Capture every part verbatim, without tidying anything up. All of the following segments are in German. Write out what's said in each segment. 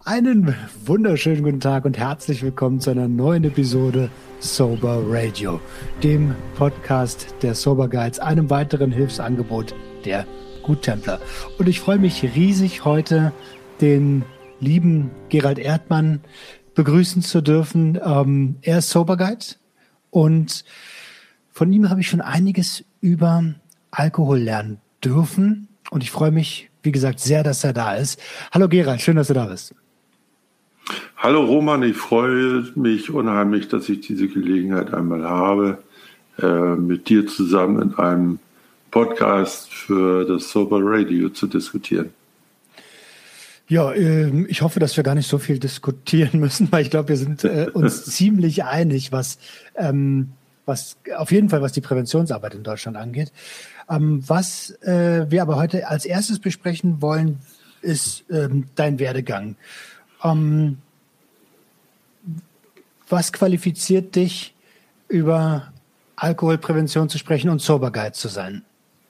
Einen wunderschönen guten Tag und herzlich willkommen zu einer neuen Episode Sober Radio, dem Podcast der Sober Guides, einem weiteren Hilfsangebot der Guttempler. Und ich freue mich riesig, heute den lieben Gerald Erdmann begrüßen zu dürfen. Ähm, er ist Sober Guide und von ihm habe ich schon einiges über Alkohol lernen dürfen. Und ich freue mich, wie gesagt, sehr, dass er da ist. Hallo Gerald, schön, dass du da bist. Hallo Roman, ich freue mich unheimlich, dass ich diese Gelegenheit einmal habe, äh, mit dir zusammen in einem Podcast für das Sober Radio zu diskutieren. Ja, äh, ich hoffe, dass wir gar nicht so viel diskutieren müssen, weil ich glaube, wir sind äh, uns ziemlich einig, was, ähm, was auf jeden Fall, was die Präventionsarbeit in Deutschland angeht. Ähm, was äh, wir aber heute als erstes besprechen wollen, ist ähm, dein Werdegang. Ähm, was qualifiziert dich, über Alkoholprävention zu sprechen und Sober Guide zu sein?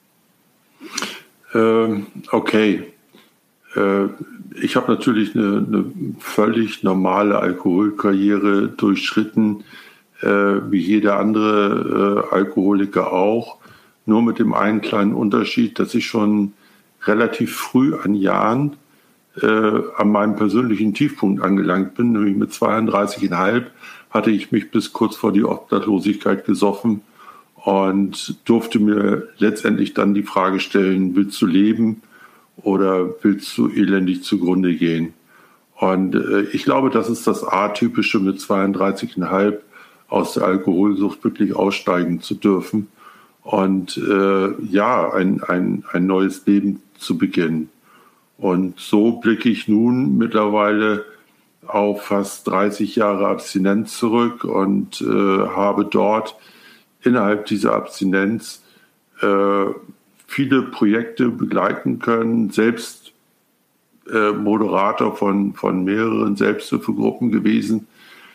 Ähm, okay. Äh, ich habe natürlich eine, eine völlig normale Alkoholkarriere durchschritten, äh, wie jeder andere äh, Alkoholiker auch. Nur mit dem einen kleinen Unterschied, dass ich schon relativ früh an Jahren äh, an meinem persönlichen Tiefpunkt angelangt bin. Nämlich mit zweiunddreißig Komma fünf hatte ich mich bis kurz vor die Obdachlosigkeit gesoffen und durfte mir letztendlich dann die Frage stellen, willst du leben oder willst du elendig zugrunde gehen? Und äh, ich glaube, das ist das Atypische, mit zweiunddreißig Komma fünf aus der Alkoholsucht wirklich aussteigen zu dürfen und äh, ja, ein, ein, ein neues Leben zu beginnen. Und so blicke ich nun mittlerweile auf fast dreißig Jahre Abstinenz zurück und äh, habe dort innerhalb dieser Abstinenz äh, viele Projekte begleiten können, selbst äh, Moderator von, von mehreren Selbsthilfegruppen gewesen.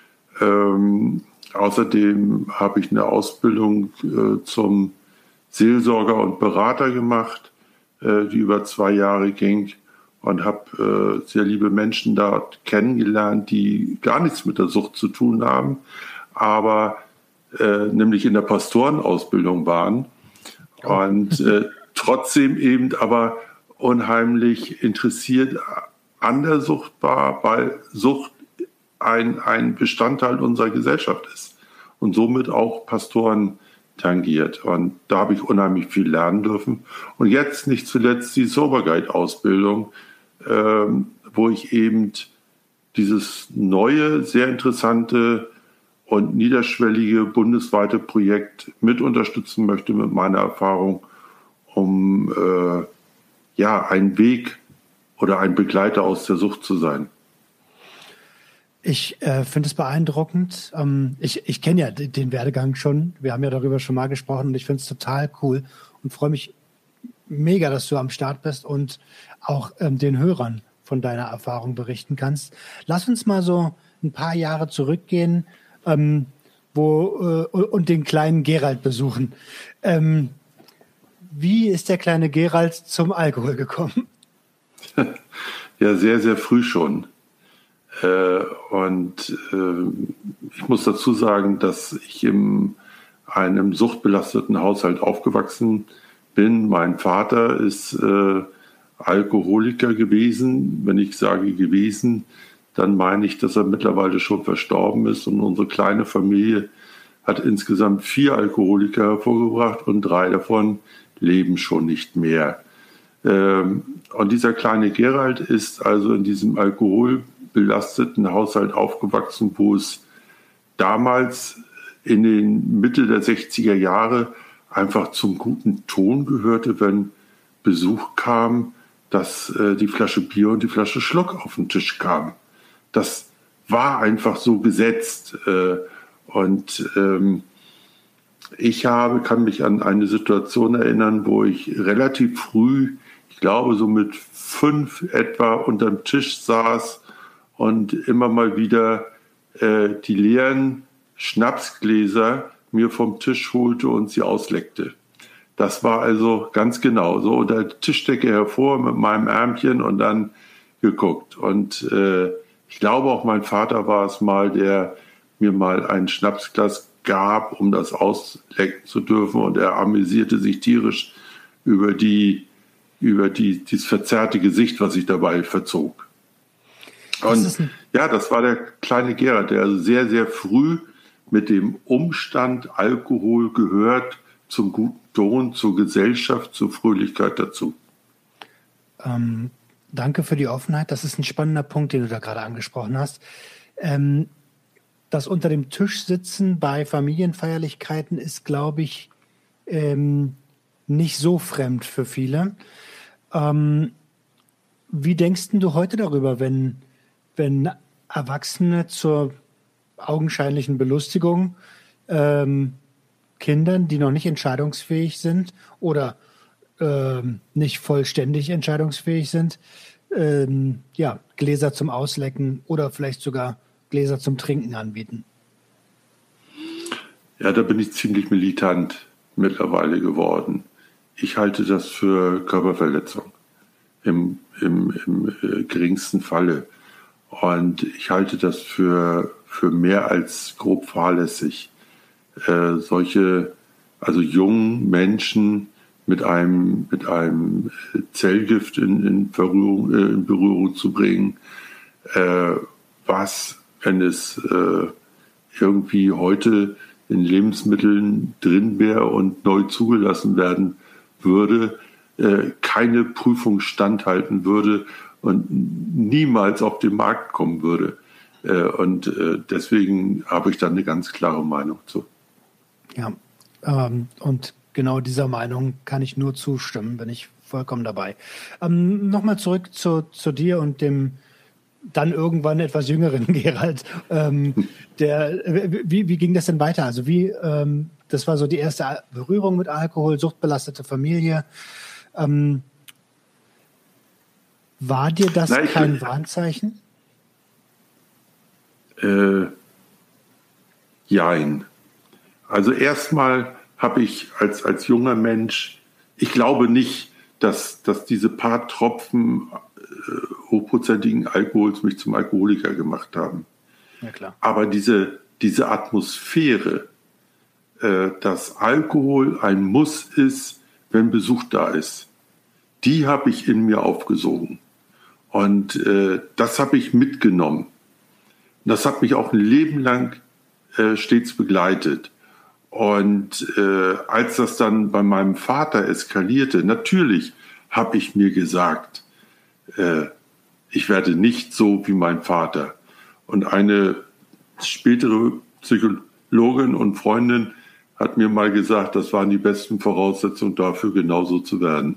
Ähm, außerdem habe ich eine Ausbildung äh, zum Seelsorger und Berater gemacht, äh, die über zwei Jahre ging. Und habe äh, sehr liebe Menschen dort kennengelernt, die gar nichts mit der Sucht zu tun haben, aber äh, nämlich in der Pastorenausbildung waren und äh, trotzdem eben aber unheimlich interessiert an der Sucht war, weil Sucht ein, ein Bestandteil unserer Gesellschaft ist und somit auch Pastoren tangiert. Und da habe ich unheimlich viel lernen dürfen. Und jetzt nicht zuletzt die Sober Guide Ausbildung, Ähm, wo ich eben dieses neue, sehr interessante und niederschwellige bundesweite Projekt mit unterstützen möchte mit meiner Erfahrung, um äh, ja ein Weg oder ein Begleiter aus der Sucht zu sein. Ich äh, finde es beeindruckend. Ähm, ich ich kenne ja den Werdegang schon. Wir haben ja darüber schon mal gesprochen und ich finde es total cool und freue mich mega, dass du am Start bist und auch ähm, den Hörern von deiner Erfahrung berichten kannst. Lass uns mal so ein paar Jahre zurückgehen ähm, wo, äh, und den kleinen Gerald besuchen. Ähm, wie ist der kleine Gerald zum Alkohol gekommen? Ja, sehr, sehr früh schon. Äh, und äh, ich muss dazu sagen, dass ich in einem suchtbelasteten Haushalt aufgewachsen bin. Mein Vater ist äh, Alkoholiker gewesen. Wenn ich sage gewesen, dann meine ich, dass er mittlerweile schon verstorben ist. Und unsere kleine Familie hat insgesamt vier Alkoholiker hervorgebracht und drei davon leben schon nicht mehr. Ähm, und dieser kleine Gerald ist also in diesem alkoholbelasteten Haushalt aufgewachsen, wo es damals in den Mitte der sechziger Jahre einfach zum guten Ton gehörte, wenn Besuch kam, dass äh, die Flasche Bier und die Flasche Schluck auf den Tisch kam. Das war einfach so gesetzt. Äh, und ähm, ich habe, kann mich an eine Situation erinnern, wo ich relativ früh, ich glaube so mit fünf etwa, unterm Tisch saß und immer mal wieder äh, die leeren Schnapsgläser mir vom Tisch holte und sie ausleckte. Das war also ganz genau so unter der Tischdecke hervor mit meinem Ärmchen und dann geguckt. Und äh, Ich glaube auch mein Vater war es mal, der mir mal ein Schnapsglas gab, um das auslecken zu dürfen. Und er amüsierte sich tierisch über die, über die, dieses verzerrte Gesicht, was sich dabei verzog. Und ja, das war der kleine Gerhard, der also sehr, sehr früh mit dem Umstand, Alkohol gehört zum guten Ton, zur Gesellschaft, zur Fröhlichkeit dazu. Ähm, danke für die Offenheit. Das ist ein spannender Punkt, den du da gerade angesprochen hast. Ähm, das unter dem Tisch sitzen bei Familienfeierlichkeiten ist, glaube ich, ähm, nicht so fremd für viele. Ähm, wie denkst denn du heute darüber, wenn, wenn Erwachsene zur augenscheinlichen Belustigung ähm, Kindern, die noch nicht entscheidungsfähig sind oder ähm, nicht vollständig entscheidungsfähig sind, ähm, ja, Gläser zum Auslecken oder vielleicht sogar Gläser zum Trinken anbieten? Ja, da bin ich ziemlich militant mittlerweile geworden. Ich halte das für Körperverletzung im, im, im äh, geringsten Falle. Und ich halte das für, für mehr als grob fahrlässig. Äh, solche, also jungen Menschen mit einem, mit einem Zellgift in, in, Berührung, äh, in Berührung zu bringen, äh, was, wenn es äh, irgendwie heute in Lebensmitteln drin wäre und neu zugelassen werden würde, äh, keine Prüfung standhalten würde und niemals auf den Markt kommen würde. Äh, und äh, deswegen habe ich da eine ganz klare Meinung zu. Ja, ähm, und genau dieser Meinung kann ich nur zustimmen, bin ich vollkommen dabei. Ähm, Nochmal zurück zu, zu dir und dem dann irgendwann etwas jüngeren Gerald. Ähm, der, wie, wie ging das denn weiter? Also wie, ähm, das war so die erste Berührung mit Alkohol, suchtbelastete Familie. Ähm, war dir das Na, ich, kein Warnzeichen? Äh, jein. Also erstmal habe ich als, als junger Mensch, ich glaube nicht, dass, dass diese paar Tropfen äh, hochprozentigen Alkohols mich zum Alkoholiker gemacht haben. Ja, klar. Aber diese, diese Atmosphäre, äh, dass Alkohol ein Muss ist, wenn Besuch da ist, die habe ich in mir aufgesogen. Und äh, das habe ich mitgenommen. Das hat mich auch ein Leben lang äh, stets begleitet. Und äh, als das dann bei meinem Vater eskalierte, natürlich habe ich mir gesagt, äh, ich werde nicht so wie mein Vater. Und eine spätere Psychologin und Freundin hat mir mal gesagt, das waren die besten Voraussetzungen dafür, genauso zu werden.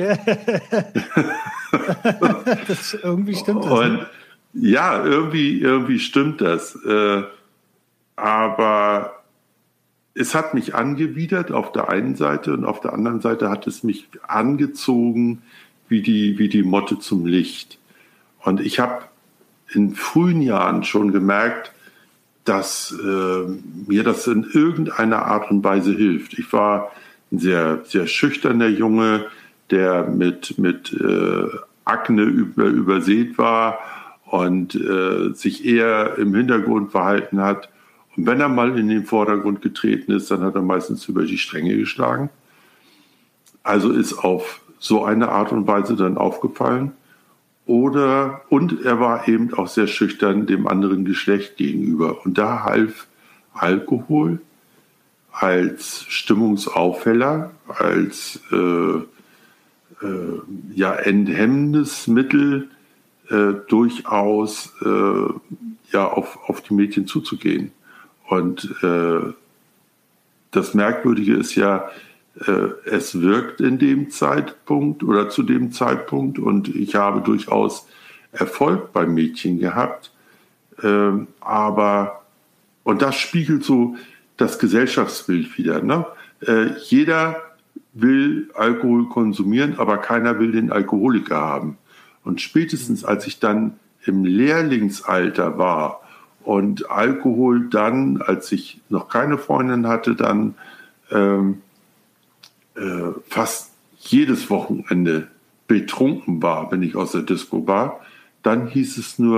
das, irgendwie stimmt das. Und Ne? ja, irgendwie, irgendwie stimmt das. Äh, aber es hat mich angewidert auf der einen Seite und auf der anderen Seite hat es mich angezogen wie die, wie die Motte zum Licht. Und ich habe in frühen Jahren schon gemerkt, dass äh, mir das in irgendeiner Art und Weise hilft. Ich war ein sehr, sehr schüchterner Junge, der mit, mit äh, Akne über, übersät war und äh, sich eher im Hintergrund verhalten hat. Und wenn er mal in den Vordergrund getreten ist, dann hat er meistens über die Stränge geschlagen. Also ist auf so eine Art und Weise dann aufgefallen. Oder, und er war eben auch sehr schüchtern dem anderen Geschlecht gegenüber. Und da half Alkohol als Stimmungsaufheller, als äh, äh, ja, enthemmendes Mittel äh, durchaus äh, ja, auf, auf die Mädchen zuzugehen. Und äh, das Merkwürdige ist ja, äh, es wirkt in dem Zeitpunkt oder zu dem Zeitpunkt und ich habe durchaus Erfolg beim Mädchen gehabt. Äh, aber, und das spiegelt so das Gesellschaftsbild wieder. Ne? Äh, jeder will Alkohol konsumieren, aber keiner will den Alkoholiker haben. Und spätestens als ich dann im Lehrlingsalter war, und Alkohol dann, als ich noch keine Freundin hatte, dann ähm, äh, fast jedes Wochenende betrunken war, wenn ich aus der Disco war, dann hieß es nur,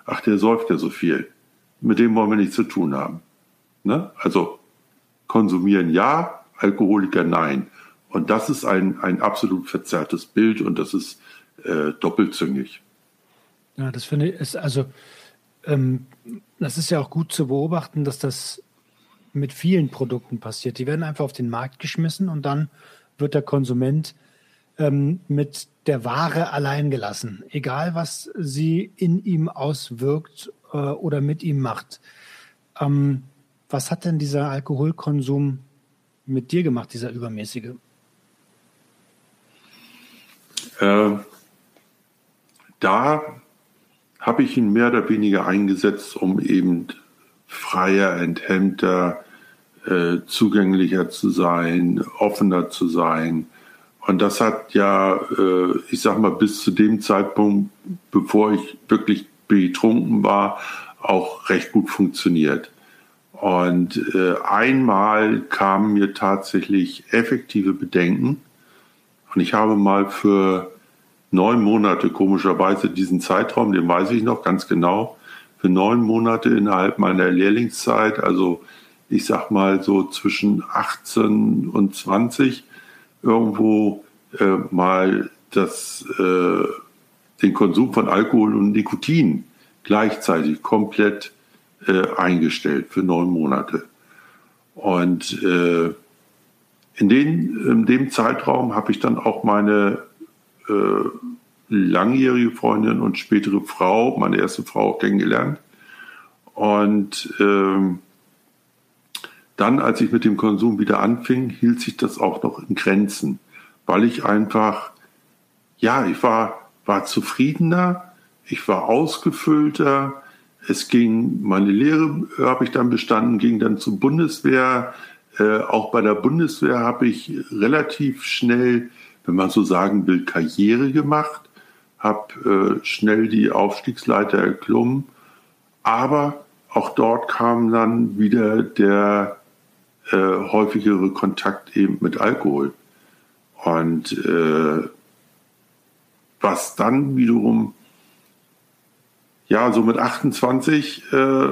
ach, der säuft ja so viel. Mit dem wollen wir nichts zu tun haben. Ne? Also konsumieren ja, Alkoholiker nein. Und das ist ein, ein absolut verzerrtes Bild und das ist äh, doppelzüngig. Ja, das finde ich, ist also, ähm, das ist ja auch gut zu beobachten, dass das mit vielen Produkten passiert. Die werden einfach auf den Markt geschmissen und dann wird der Konsument ähm, mit der Ware allein gelassen. Egal, was sie in ihm auswirkt äh, oder mit ihm macht. Ähm, was hat denn dieser Alkoholkonsum mit dir gemacht, dieser übermäßige? Äh, da habe ich ihn mehr oder weniger eingesetzt, um eben freier, enthemmter, äh, zugänglicher zu sein, offener zu sein. Und das hat ja, äh, ich sag mal, bis zu dem Zeitpunkt, bevor ich wirklich betrunken war, auch recht gut funktioniert. Und äh, einmal kamen mir tatsächlich effektive Bedenken. Und ich habe mal für neun Monate, komischerweise diesen Zeitraum, den weiß ich noch ganz genau, für neun Monate innerhalb meiner Lehrlingszeit, also ich sag mal so zwischen achtzehn und zwanzig, irgendwo äh, mal das, äh, den Konsum von Alkohol und Nikotin gleichzeitig komplett äh, eingestellt für neun Monate. Und äh, in, den, in dem Zeitraum habe ich dann auch meine äh, langjährige Freundin und spätere Frau, meine erste Frau, kennengelernt. Und ähm, dann, als ich mit dem Konsum wieder anfing, hielt sich das auch noch in Grenzen, weil ich einfach, ja, ich war, war zufriedener, ich war ausgefüllter, es ging, meine Lehre habe ich dann bestanden, ging dann zur Bundeswehr. Äh, auch bei der Bundeswehr habe ich relativ schnell, wenn man so sagen will, Karriere gemacht, habe äh, schnell die Aufstiegsleiter erklommen, aber auch dort kam dann wieder der äh, häufigere Kontakt eben mit Alkohol. Und äh, was dann wiederum, ja, so mit achtundzwanzig äh,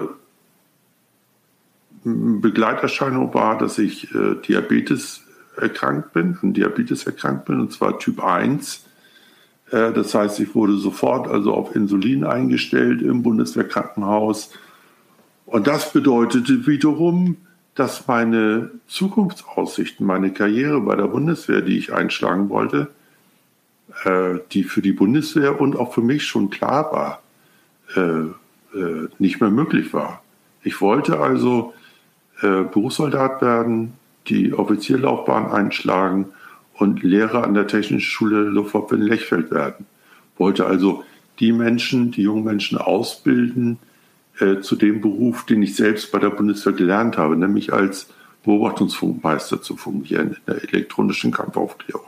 Begleiterscheinung war, dass ich äh, Diabetes erkrankt bin, an Diabetes erkrankt bin, und zwar Typ eins. Äh, das heißt, ich wurde sofort also auf Insulin eingestellt im Bundeswehrkrankenhaus. Und das bedeutete wiederum, dass meine Zukunftsaussichten, meine Karriere bei der Bundeswehr, die ich einschlagen wollte, äh, die für die Bundeswehr und auch für mich schon klar war, äh, äh, nicht mehr möglich war. Ich wollte also äh, Berufssoldat werden, die Offizierlaufbahn einschlagen und Lehrer an der Technischen Schule Luftwaffe in Lechfeld werden. Wollte also die Menschen, die jungen Menschen ausbilden äh, zu dem Beruf, den ich selbst bei der Bundeswehr gelernt habe, nämlich als Beobachtungsfunkmeister zu fungieren in der elektronischen Kampfaufklärung.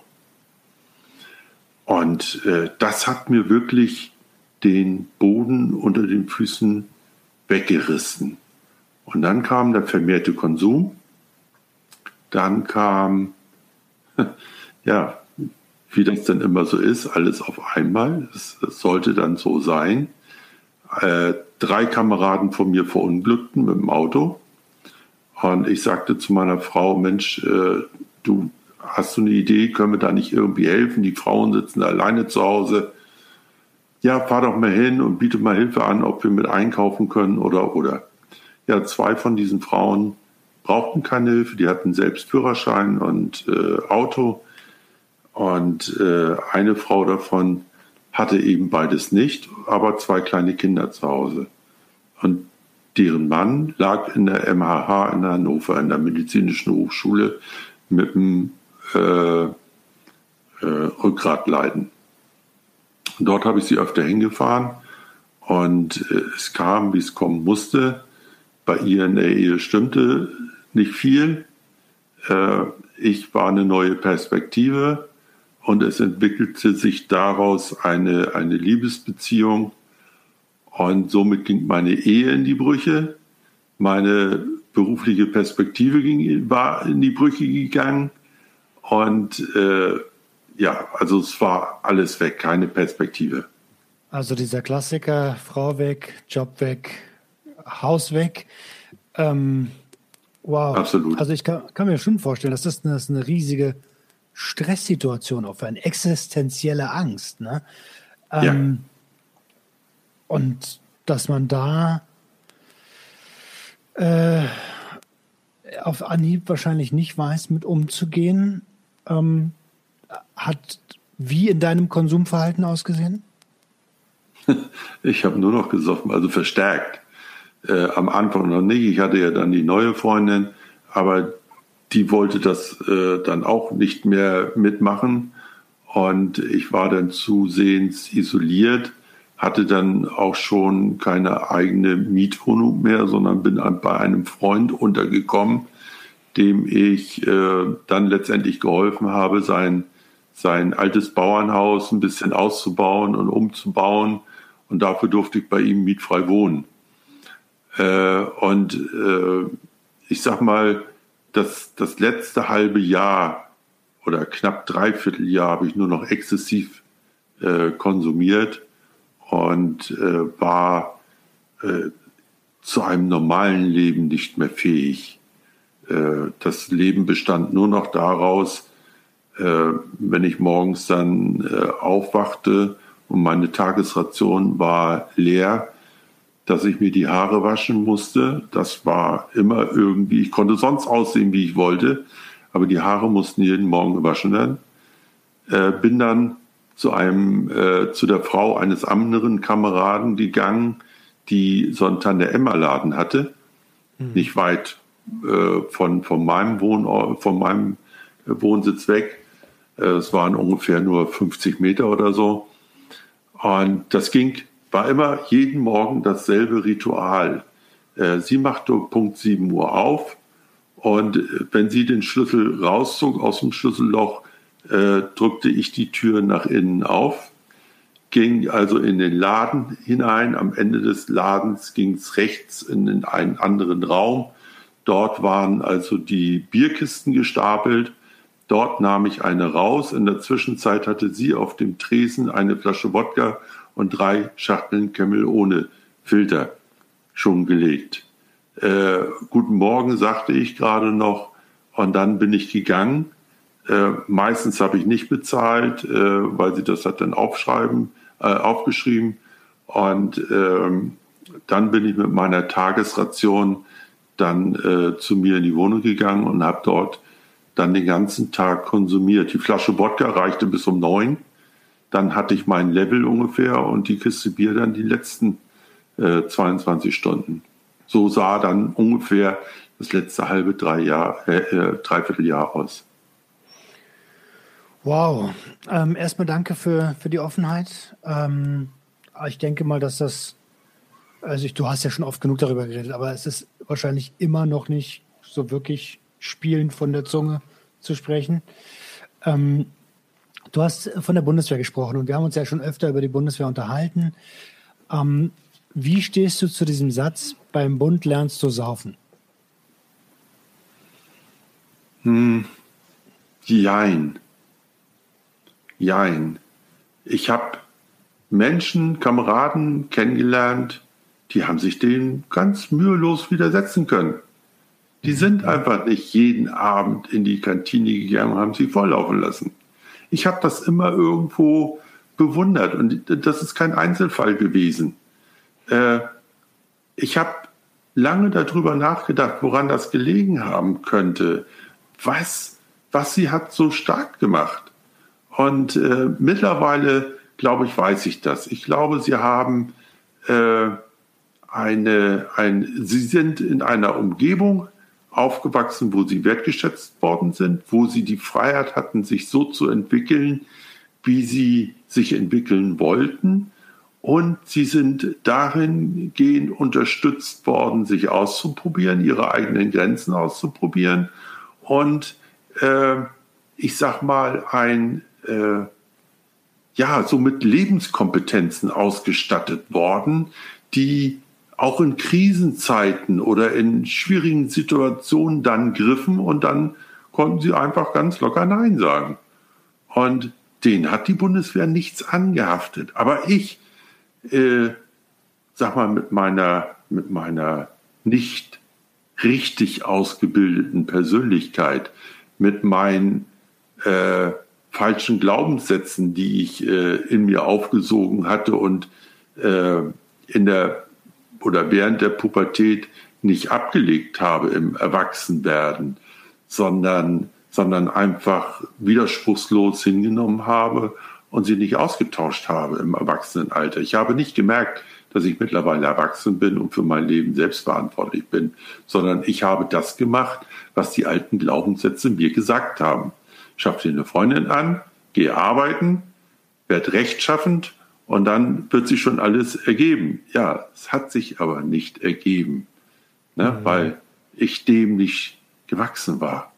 Und äh, das hat mir wirklich den Boden unter den Füßen weggerissen. Und dann kam der vermehrte Konsum. Dann kam, ja, wie das dann immer so ist, alles auf einmal. Es, es sollte dann so sein. Äh, drei Kameraden von mir verunglückten mit dem Auto. Und ich sagte zu meiner Frau, Mensch, äh, du hast du eine Idee, können wir da nicht irgendwie helfen? Die Frauen sitzen alleine zu Hause. Ja, fahr doch mal hin und biete mal Hilfe an, ob wir mit einkaufen können oder, oder. Ja, zwei von diesen Frauen brauchten keine Hilfe, die hatten selbst Führerschein und äh, Auto. Und äh, eine Frau davon hatte eben beides nicht, aber zwei kleine Kinder zu Hause. Und deren Mann lag in der M H H in Hannover, in der Medizinischen Hochschule, mit einem äh, äh, Rückgratleiden. Und dort habe ich sie öfter hingefahren und äh, es kam, wie es kommen musste. Bei ihr in der Ehe stimmte nicht viel. Äh, ich war eine neue Perspektive und es entwickelte sich daraus eine, eine Liebesbeziehung. Und somit ging meine Ehe in die Brüche. Meine berufliche Perspektive ging, war in die Brüche gegangen. Und äh, ja, also es war alles weg, keine Perspektive. Also dieser Klassiker, Frau weg, Job weg, Haus weg. Ähm, wow. Absolut. Also ich kann, kann mir schon vorstellen, dass das eine, das ist eine riesige Stresssituation, auch für eine existenzielle Angst. Ne? Ähm, Ja. Und dass man da äh, auf Anhieb wahrscheinlich nicht weiß, mit umzugehen, ähm, hat wie in deinem Konsumverhalten ausgesehen? Ich habe nur noch gesoffen, also verstärkt. Äh, am Anfang noch nicht. Ich hatte ja dann die neue Freundin, aber die wollte das äh, dann auch nicht mehr mitmachen. Und ich war dann zusehends isoliert, hatte dann auch schon keine eigene Mietwohnung mehr, sondern bin bei einem Freund untergekommen, dem ich äh, dann letztendlich geholfen habe, sein, sein altes Bauernhaus ein bisschen auszubauen und umzubauen. Und dafür durfte ich bei ihm mietfrei wohnen. Äh, und äh, ich sag mal, das, das letzte halbe Jahr oder knapp dreiviertel Jahr habe ich nur noch exzessiv äh, konsumiert und äh, war äh, zu einem normalen Leben nicht mehr fähig. Äh, das Leben bestand nur noch daraus, äh, wenn ich morgens dann äh, aufwachte und meine Tagesration war leer, dass ich mir die Haare waschen musste. Das war immer irgendwie, ich konnte sonst aussehen, wie ich wollte, aber die Haare mussten jeden Morgen gewaschen werden. Äh, bin dann zu einem, äh, zu der Frau eines anderen Kameraden gegangen, die so einen Tante-Emma-Laden hatte, mhm. nicht weit äh, von, von, meinem Wohnort, von meinem Wohnsitz weg. Äh, es waren ungefähr nur fünfzig Meter oder so. Und das ging, war immer jeden Morgen dasselbe Ritual. Äh, sie machte Punkt sieben Uhr auf und wenn sie den Schlüssel rauszog aus dem Schlüsselloch, äh, drückte ich die Tür nach innen auf, ging also in den Laden hinein. Am Ende des Ladens ging es rechts in, in einen anderen Raum. Dort waren also die Bierkisten gestapelt. Dort nahm ich eine raus. In der Zwischenzeit hatte sie auf dem Tresen eine Flasche Wodka und drei Schachteln Camel ohne Filter schon gelegt. Äh, guten Morgen, sagte ich gerade noch. Und dann bin ich gegangen. Äh, meistens habe ich nicht bezahlt, äh, weil sie das hat dann aufschreiben, äh, aufgeschrieben. Und äh, dann bin ich mit meiner Tagesration dann äh, zu mir in die Wohnung gegangen und habe dort dann den ganzen Tag konsumiert. Die Flasche Wodka reichte bis um neun. Dann hatte ich mein Level ungefähr und die Kiste Bier dann die letzten äh, zweiundzwanzig Stunden. So sah dann ungefähr das letzte halbe drei Jahr, äh, Dreivierteljahr aus. Wow. Ähm, erstmal danke für, für die Offenheit. Ähm, ich denke mal, dass das, also ich, du hast ja schon oft genug darüber geredet, aber es ist wahrscheinlich immer noch nicht so wirklich spielend von der Zunge zu sprechen. Ähm, du hast von der Bundeswehr gesprochen und wir haben uns ja schon öfter über die Bundeswehr unterhalten. Ähm, wie stehst du zu diesem Satz, beim Bund lernst du saufen? Hm. Jein. Jein. Ich habe Menschen, Kameraden kennengelernt, die haben sich dem ganz mühelos widersetzen können. Die sind einfach nicht jeden Abend in die Kantine gegangen und haben sie volllaufen lassen. Ich habe das immer irgendwo bewundert und das ist kein Einzelfall gewesen. Äh, ich habe lange darüber nachgedacht, woran das gelegen haben könnte, was, was sie hat so stark gemacht. Und äh, mittlerweile, glaube ich, weiß ich das. Ich glaube, sie haben äh, eine, ein, sie sind in einer Umgebung aufgewachsen, wo sie wertgeschätzt worden sind, wo sie die Freiheit hatten, sich so zu entwickeln, wie sie sich entwickeln wollten. Und sie sind dahingehend unterstützt worden, sich auszuprobieren, ihre eigenen Grenzen auszuprobieren. Und äh, ich sag mal, ein äh, ja, so mit Lebenskompetenzen ausgestattet worden, die auch in Krisenzeiten oder in schwierigen Situationen dann griffen und dann konnten sie einfach ganz locker Nein sagen. Und denen hat die Bundeswehr nichts angehaftet. Aber ich, äh, sag mal, mit meiner, mit meiner nicht richtig ausgebildeten Persönlichkeit, mit meinen äh, falschen Glaubenssätzen, die ich äh, in mir aufgesogen hatte und äh, in der oder während der Pubertät nicht abgelegt habe im Erwachsenwerden, sondern, sondern einfach widerspruchslos hingenommen habe und sie nicht ausgetauscht habe im Erwachsenenalter. Ich habe nicht gemerkt, dass ich mittlerweile erwachsen bin und für mein Leben selbst verantwortlich bin, sondern ich habe das gemacht, was die alten Glaubenssätze mir gesagt haben. Schaff dir eine Freundin an, geh arbeiten, werd rechtschaffend und dann wird sich schon alles ergeben. Ja, es hat sich aber nicht ergeben, ne, mhm. weil ich dem nicht gewachsen war.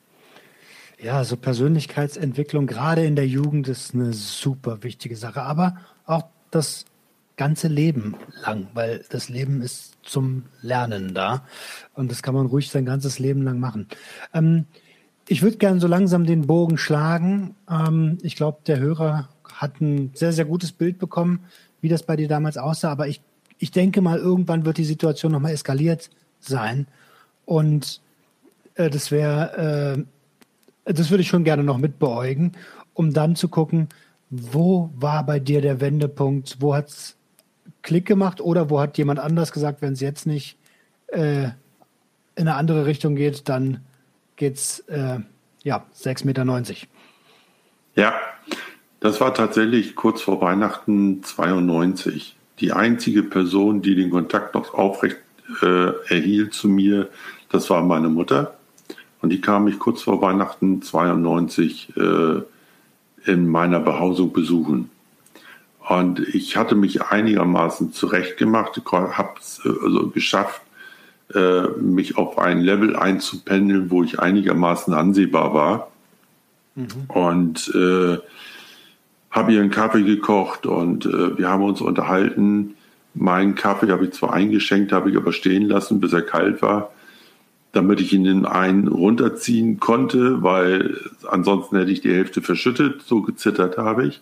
Ja, so Persönlichkeitsentwicklung, gerade in der Jugend, ist eine super wichtige Sache, aber auch das ganze Leben lang, weil das Leben ist zum Lernen da und das kann man ruhig sein ganzes Leben lang machen. Ähm, ich würde gerne so langsam den Bogen schlagen. Ähm, ich glaube, der Hörer hat ein sehr, sehr gutes Bild bekommen, wie das bei dir damals aussah, aber ich, ich denke mal, irgendwann wird die Situation nochmal eskaliert sein und äh, das wäre, äh, das würde ich schon gerne noch mitbeäugen, um dann zu gucken, wo war bei dir der Wendepunkt, wo hat's Klick gemacht oder wo hat jemand anders gesagt, wenn es jetzt nicht äh, in eine andere Richtung geht, dann geht's äh, ja sechs Meter neunzig. Ja, das war tatsächlich kurz vor Weihnachten zweiundneunzig. Die einzige Person, die den Kontakt noch aufrecht äh, erhielt zu mir, das war meine Mutter. Und die kam mich kurz vor Weihnachten zweiundneunzig äh, in meiner Behausung besuchen. Und ich hatte mich einigermaßen zurechtgemacht, ich habe es also geschafft, äh, mich auf ein Level einzupendeln, wo ich einigermaßen ansehbar war. Mhm. Und äh, habe ihr einen Kaffee gekocht und äh, wir haben uns unterhalten. Meinen Kaffee habe ich zwar eingeschenkt, habe ich aber stehen lassen, bis er kalt war, damit ich ihn in einen runterziehen konnte, weil ansonsten hätte ich die Hälfte verschüttet, so gezittert habe ich.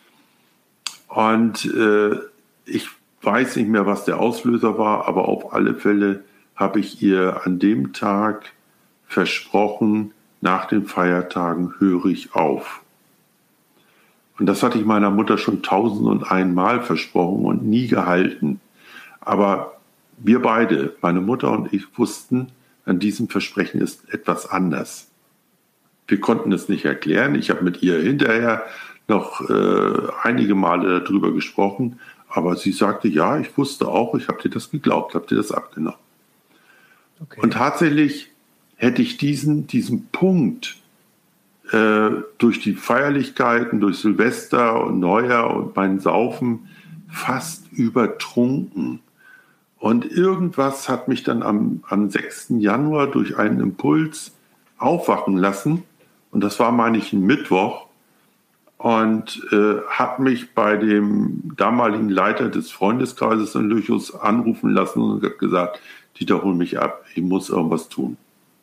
Und äh, ich weiß nicht mehr, was der Auslöser war, aber auf alle Fälle habe ich ihr an dem Tag versprochen, nach den Feiertagen höre ich auf. Und das hatte ich meiner Mutter schon tausend und einmal versprochen und nie gehalten. Aber wir beide, meine Mutter und ich, wussten, an diesem Versprechen ist etwas anders. Wir konnten es nicht erklären. Ich habe mit ihr hinterher noch äh, einige Male darüber gesprochen, aber sie sagte, ja, ich wusste auch, ich habe dir das geglaubt, habe dir das abgenommen. Okay. Und tatsächlich hätte ich diesen, diesen Punkt äh, durch die Feierlichkeiten, durch Silvester und Neujahr und mein Saufen fast übertrunken. Und irgendwas hat mich dann am, am sechsten Januar durch einen Impuls aufwachen lassen. Und das war, meine ich, ein Mittwoch. Und äh, hat mich bei dem damaligen Leiter des Freundeskreises in Lüchow anrufen lassen und hat gesagt, Dieter, hol mich ab, ich muss irgendwas tun.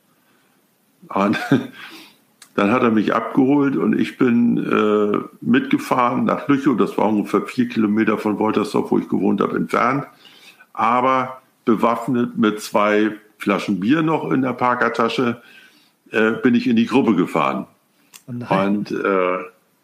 Und dann hat er mich abgeholt und ich bin äh, mitgefahren nach Lüchow. Das war ungefähr vier Kilometer von Woltersdorf, wo ich gewohnt habe, entfernt. Aber bewaffnet mit zwei Flaschen Bier noch in der Parkertasche äh, bin ich in die Gruppe gefahren. Oh und äh,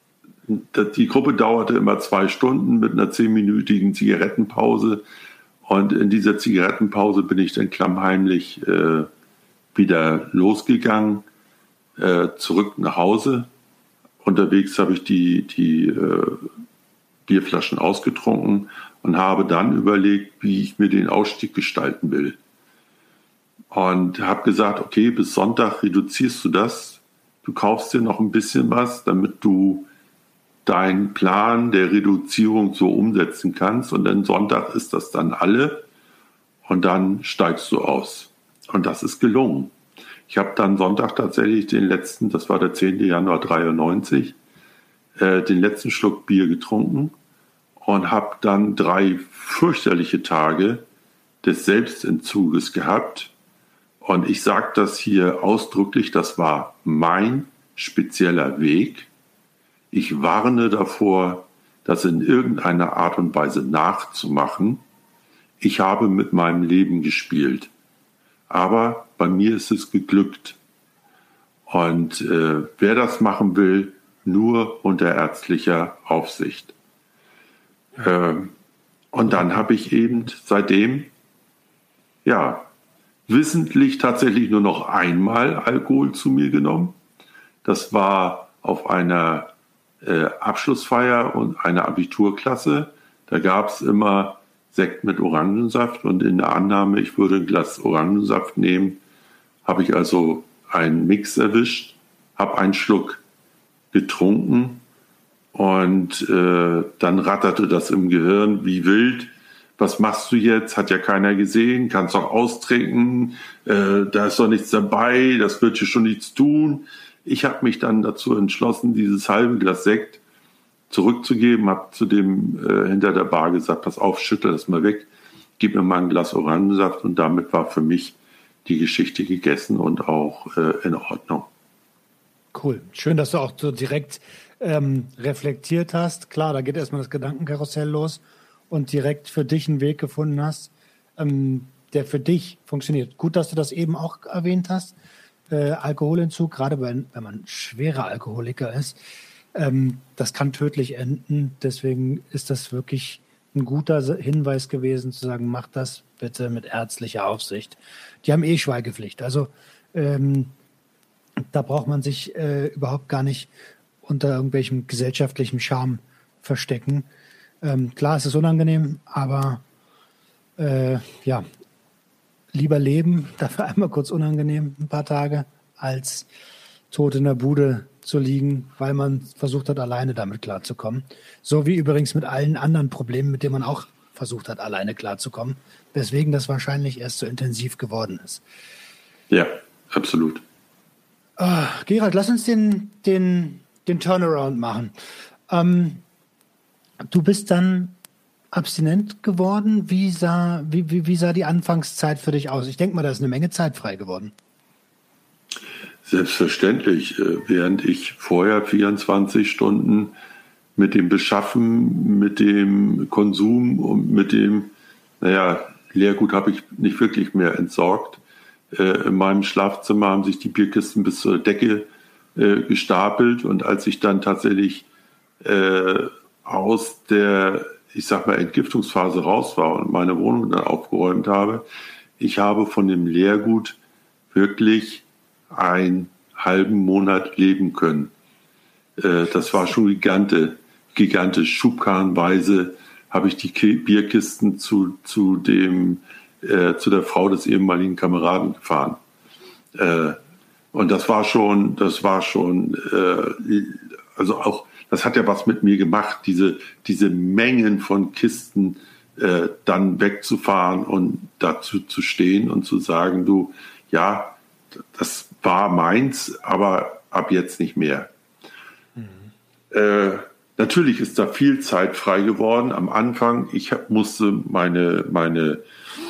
die Gruppe dauerte immer zwei Stunden mit einer zehnminütigen Zigarettenpause. Und in dieser Zigarettenpause bin ich dann klammheimlich äh, wieder losgegangen, äh, zurück nach Hause. Unterwegs habe ich die, die äh, Bierflaschen ausgetrunken und habe dann überlegt, wie ich mir den Ausstieg gestalten will. Und habe gesagt, okay, bis Sonntag reduzierst du das. Du kaufst dir noch ein bisschen was, damit du deinen Plan der Reduzierung so umsetzen kannst. Und dann Sonntag ist das dann alle und dann steigst du aus. Und das ist gelungen. Ich habe dann Sonntag tatsächlich den letzten, das war der zehnten Januar dreiundneunzig, äh, den letzten Schluck Bier getrunken und habe dann drei fürchterliche Tage des Selbstentzuges gehabt. Und ich sage das hier ausdrücklich, das war mein spezieller Weg. Ich warne davor, das in irgendeiner Art und Weise nachzumachen. Ich habe mit meinem Leben gespielt. Aber bei mir ist es geglückt. Und äh, wer das machen will, nur unter ärztlicher Aufsicht. Ähm, und dann habe ich eben seitdem, ja, wissentlich tatsächlich nur noch einmal Alkohol zu mir genommen. Das war auf einer äh, Abschlussfeier und einer Abiturklasse. Da gab es immer Sekt mit Orangensaft und in der Annahme, ich würde ein Glas Orangensaft nehmen, habe ich also einen Mix erwischt, habe einen Schluck getrunken und äh, dann ratterte das im Gehirn wie wild. Was machst du jetzt? Hat ja keiner gesehen, kannst doch austrinken, äh, da ist doch nichts dabei, das wird dir schon nichts tun. Ich habe mich dann dazu entschlossen, dieses halbe Glas Sekt zurückzugeben, habe zu dem äh, hinter der Bar gesagt, pass auf, schüttel das mal weg, gib mir mal ein Glas Orangensaft und damit war für mich die Geschichte gegessen und auch äh, in Ordnung. Cool. Schön, dass du auch so direkt ähm, reflektiert hast. Klar, da geht erstmal das Gedankenkarussell los und direkt für dich einen Weg gefunden hast, ähm, der für dich funktioniert. Gut, dass du das eben auch erwähnt hast. Äh, Alkoholentzug, gerade wenn, wenn man schwerer Alkoholiker ist, ähm, das kann tödlich enden. Deswegen ist das wirklich ein guter Hinweis gewesen, zu sagen, mach das bitte mit ärztlicher Aufsicht. Die haben eh Schweigepflicht. Also ähm, da braucht man sich äh, überhaupt gar nicht unter irgendwelchem gesellschaftlichen Charme verstecken. Ähm, klar, es ist unangenehm, aber äh, ja, lieber leben, dafür einmal kurz unangenehm, ein paar Tage, als tot in der Bude zu liegen, weil man versucht hat, alleine damit klarzukommen. So wie übrigens mit allen anderen Problemen, mit denen man auch versucht hat, alleine klarzukommen. Weswegen das wahrscheinlich erst so intensiv geworden ist. Ja, absolut. Uh, Gerald, lass uns den, den, den Turnaround machen. Ähm, du bist dann abstinent geworden. Wie sah, wie, wie, wie sah die Anfangszeit für dich aus? Ich denke mal, da ist eine Menge Zeit frei geworden. Selbstverständlich. Während ich vorher vierundzwanzig Stunden mit dem Beschaffen, mit dem Konsum und mit dem, naja, Leergut habe ich nicht wirklich mehr entsorgt. In meinem Schlafzimmer haben sich die Bierkisten bis zur Decke äh, gestapelt und als ich dann tatsächlich äh, aus der, ich sag mal, Entgiftungsphase raus war und meine Wohnung dann aufgeräumt habe, ich habe von dem Leergut wirklich einen halben Monat leben können. Äh, das war schon gigantisch, gigantisch. Schubkarrenweise habe ich die Bierkisten zu, zu dem Äh, zu der Frau des ehemaligen Kameraden gefahren. Äh, und das war schon, das war schon, äh, also auch, das hat ja was mit mir gemacht, diese, diese Mengen von Kisten äh, dann wegzufahren und dazu zu stehen und zu sagen, du, ja, das war meins, aber ab jetzt nicht mehr. Mhm. Äh, natürlich ist da viel Zeit frei geworden. Am Anfang, ich hab, musste meine, meine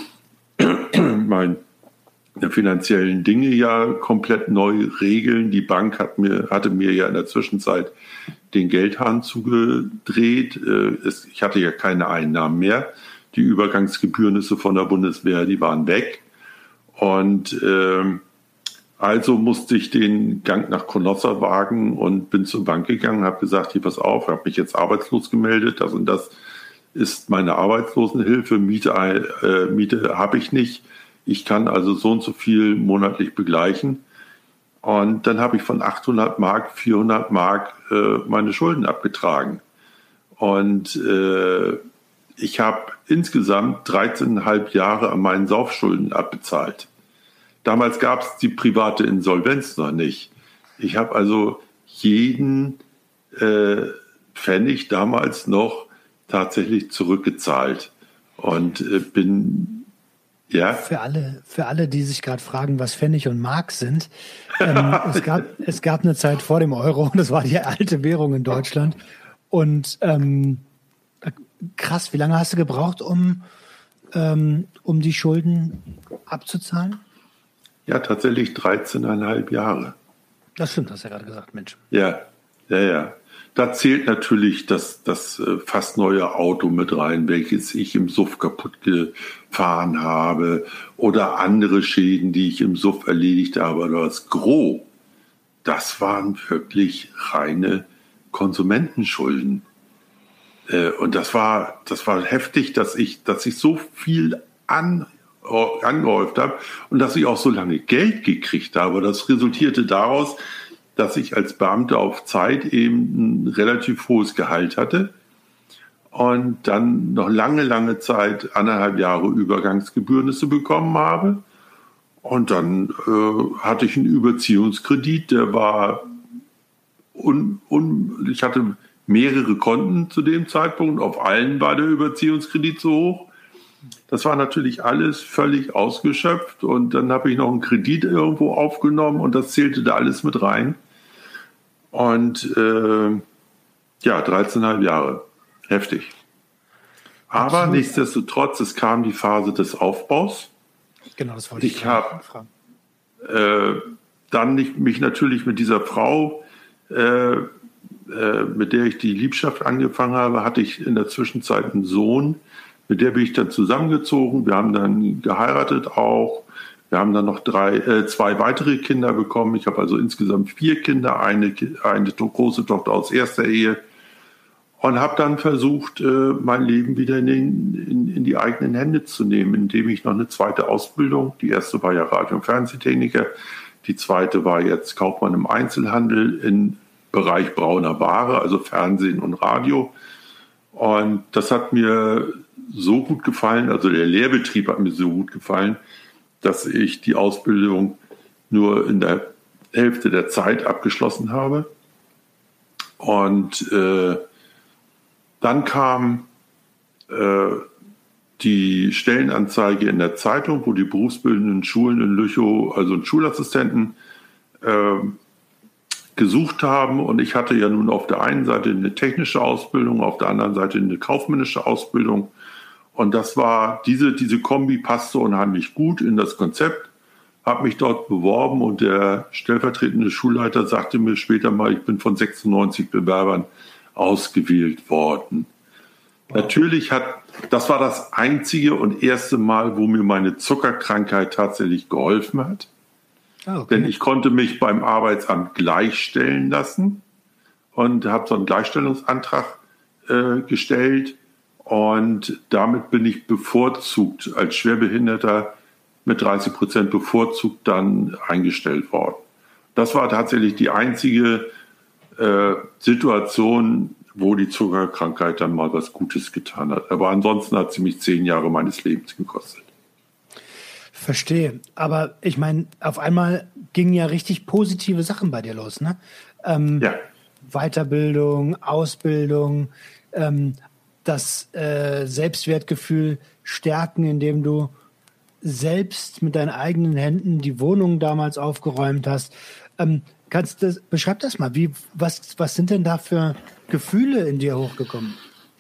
meine finanziellen Dinge ja komplett neu regeln. Die Bank hat mir, hatte mir ja in der Zwischenzeit den Geldhahn zugedreht. Ich hatte ja keine Einnahmen mehr. Die Übergangsgebührnisse von der Bundeswehr, die waren weg. Und äh, also musste ich den Gang nach Colossa wagen und bin zur Bank gegangen, habe gesagt, hier, pass auf, habe mich jetzt arbeitslos gemeldet, das und das ist meine Arbeitslosenhilfe, Miete, äh, Miete habe ich nicht. Ich kann also so und so viel monatlich begleichen. Und dann habe ich von achthundert Mark, vierhundert Mark äh, meine Schulden abgetragen. Und äh, ich habe insgesamt dreizehn Komma fünf Jahre an meinen Saufschulden abbezahlt. Damals gab es die private Insolvenz noch nicht. Ich habe also jeden äh, Pfennig damals noch tatsächlich zurückgezahlt und äh, bin, ja. Für alle, für alle, die sich gerade fragen, was Pfennig und Mark sind, ähm, es gab, es gab eine Zeit vor dem Euro, das war die alte Währung in Deutschland und ähm, krass, wie lange hast du gebraucht, um, ähm, um die Schulden abzuzahlen? Ja, tatsächlich dreizehn Komma fünf Jahre. Das stimmt, hast du ja gerade gesagt, Mensch. Ja, ja, ja. da zählt natürlich das, das fast neue Auto mit rein, welches ich im Suff kaputt gefahren habe oder andere Schäden, die ich im Suff erledigt habe. Aber das Gros, das waren wirklich reine Konsumentenschulden. Und das war, das war heftig, dass ich, dass ich so viel an, angehäuft habe und dass ich auch so lange Geld gekriegt habe. Das resultierte daraus, dass ich als Beamter auf Zeit eben ein relativ hohes Gehalt hatte und dann noch lange, lange Zeit, anderthalb Jahre Übergangsgebühren bekommen habe. Und dann äh, hatte ich einen Überziehungskredit, der war, un, un, ich hatte mehrere Konten zu dem Zeitpunkt, auf allen war der Überziehungskredit so hoch. Das war natürlich alles völlig ausgeschöpft und dann habe ich noch einen Kredit irgendwo aufgenommen und das zählte da alles mit rein. Und äh, ja, dreizehneinhalb Jahre. Heftig. Aber Absolut. Nichtsdestotrotz, es kam die Phase des Aufbaus. Genau, das wollte ich, ich habe äh, dann nicht, mich natürlich mit dieser Frau, äh, äh, mit der ich die Liebschaft angefangen habe, hatte ich in der Zwischenzeit einen Sohn. Mit der bin ich dann zusammengezogen. Wir haben dann geheiratet auch. Wir haben dann noch drei, äh, zwei weitere Kinder bekommen. Ich habe also insgesamt vier Kinder, eine, eine große Tochter aus erster Ehe und habe dann versucht, äh, mein Leben wieder in, den, in, in die eigenen Hände zu nehmen, indem ich noch eine zweite Ausbildung, die erste war ja Radio- und Fernsehtechniker, die zweite war jetzt Kaufmann im Einzelhandel im Bereich brauner Ware, also Fernsehen und Radio. Und das hat mir so gut gefallen, also der Lehrbetrieb hat mir so gut gefallen, dass ich die Ausbildung nur in der Hälfte der Zeit abgeschlossen habe. Und äh, dann kam äh, die Stellenanzeige in der Zeitung, wo die berufsbildenden Schulen in Lüchow, also einen Schulassistenten, äh, gesucht haben. Und ich hatte ja nun auf der einen Seite eine technische Ausbildung, auf der anderen Seite eine kaufmännische Ausbildung. Und das war, diese, diese Kombi passte unheimlich gut in das Konzept, habe mich dort beworben und der stellvertretende Schulleiter sagte mir später mal, ich bin von sechsundneunzig Bewerbern ausgewählt worden. Wow. Natürlich hat, das war das einzige und erste Mal, wo mir meine Zuckerkrankheit tatsächlich geholfen hat. Ah, okay. Denn ich konnte mich beim Arbeitsamt gleichstellen lassen und habe so einen Gleichstellungsantrag äh, gestellt. Und damit bin ich bevorzugt, als Schwerbehinderter mit dreißig Prozent bevorzugt dann eingestellt worden. Das war tatsächlich die einzige äh, Situation, wo die Zuckerkrankheit dann mal was Gutes getan hat. Aber ansonsten hat sie mich zehn Jahre meines Lebens gekostet. Verstehe. Aber ich meine, auf einmal gingen ja richtig positive Sachen bei dir los, ne? Ähm, ja. Weiterbildung, Ausbildung, ähm, das äh, Selbstwertgefühl stärken, indem du selbst mit deinen eigenen Händen die Wohnung damals aufgeräumt hast. Ähm, kannst du, beschreib das mal. Wie, was, was sind denn da für Gefühle in dir hochgekommen?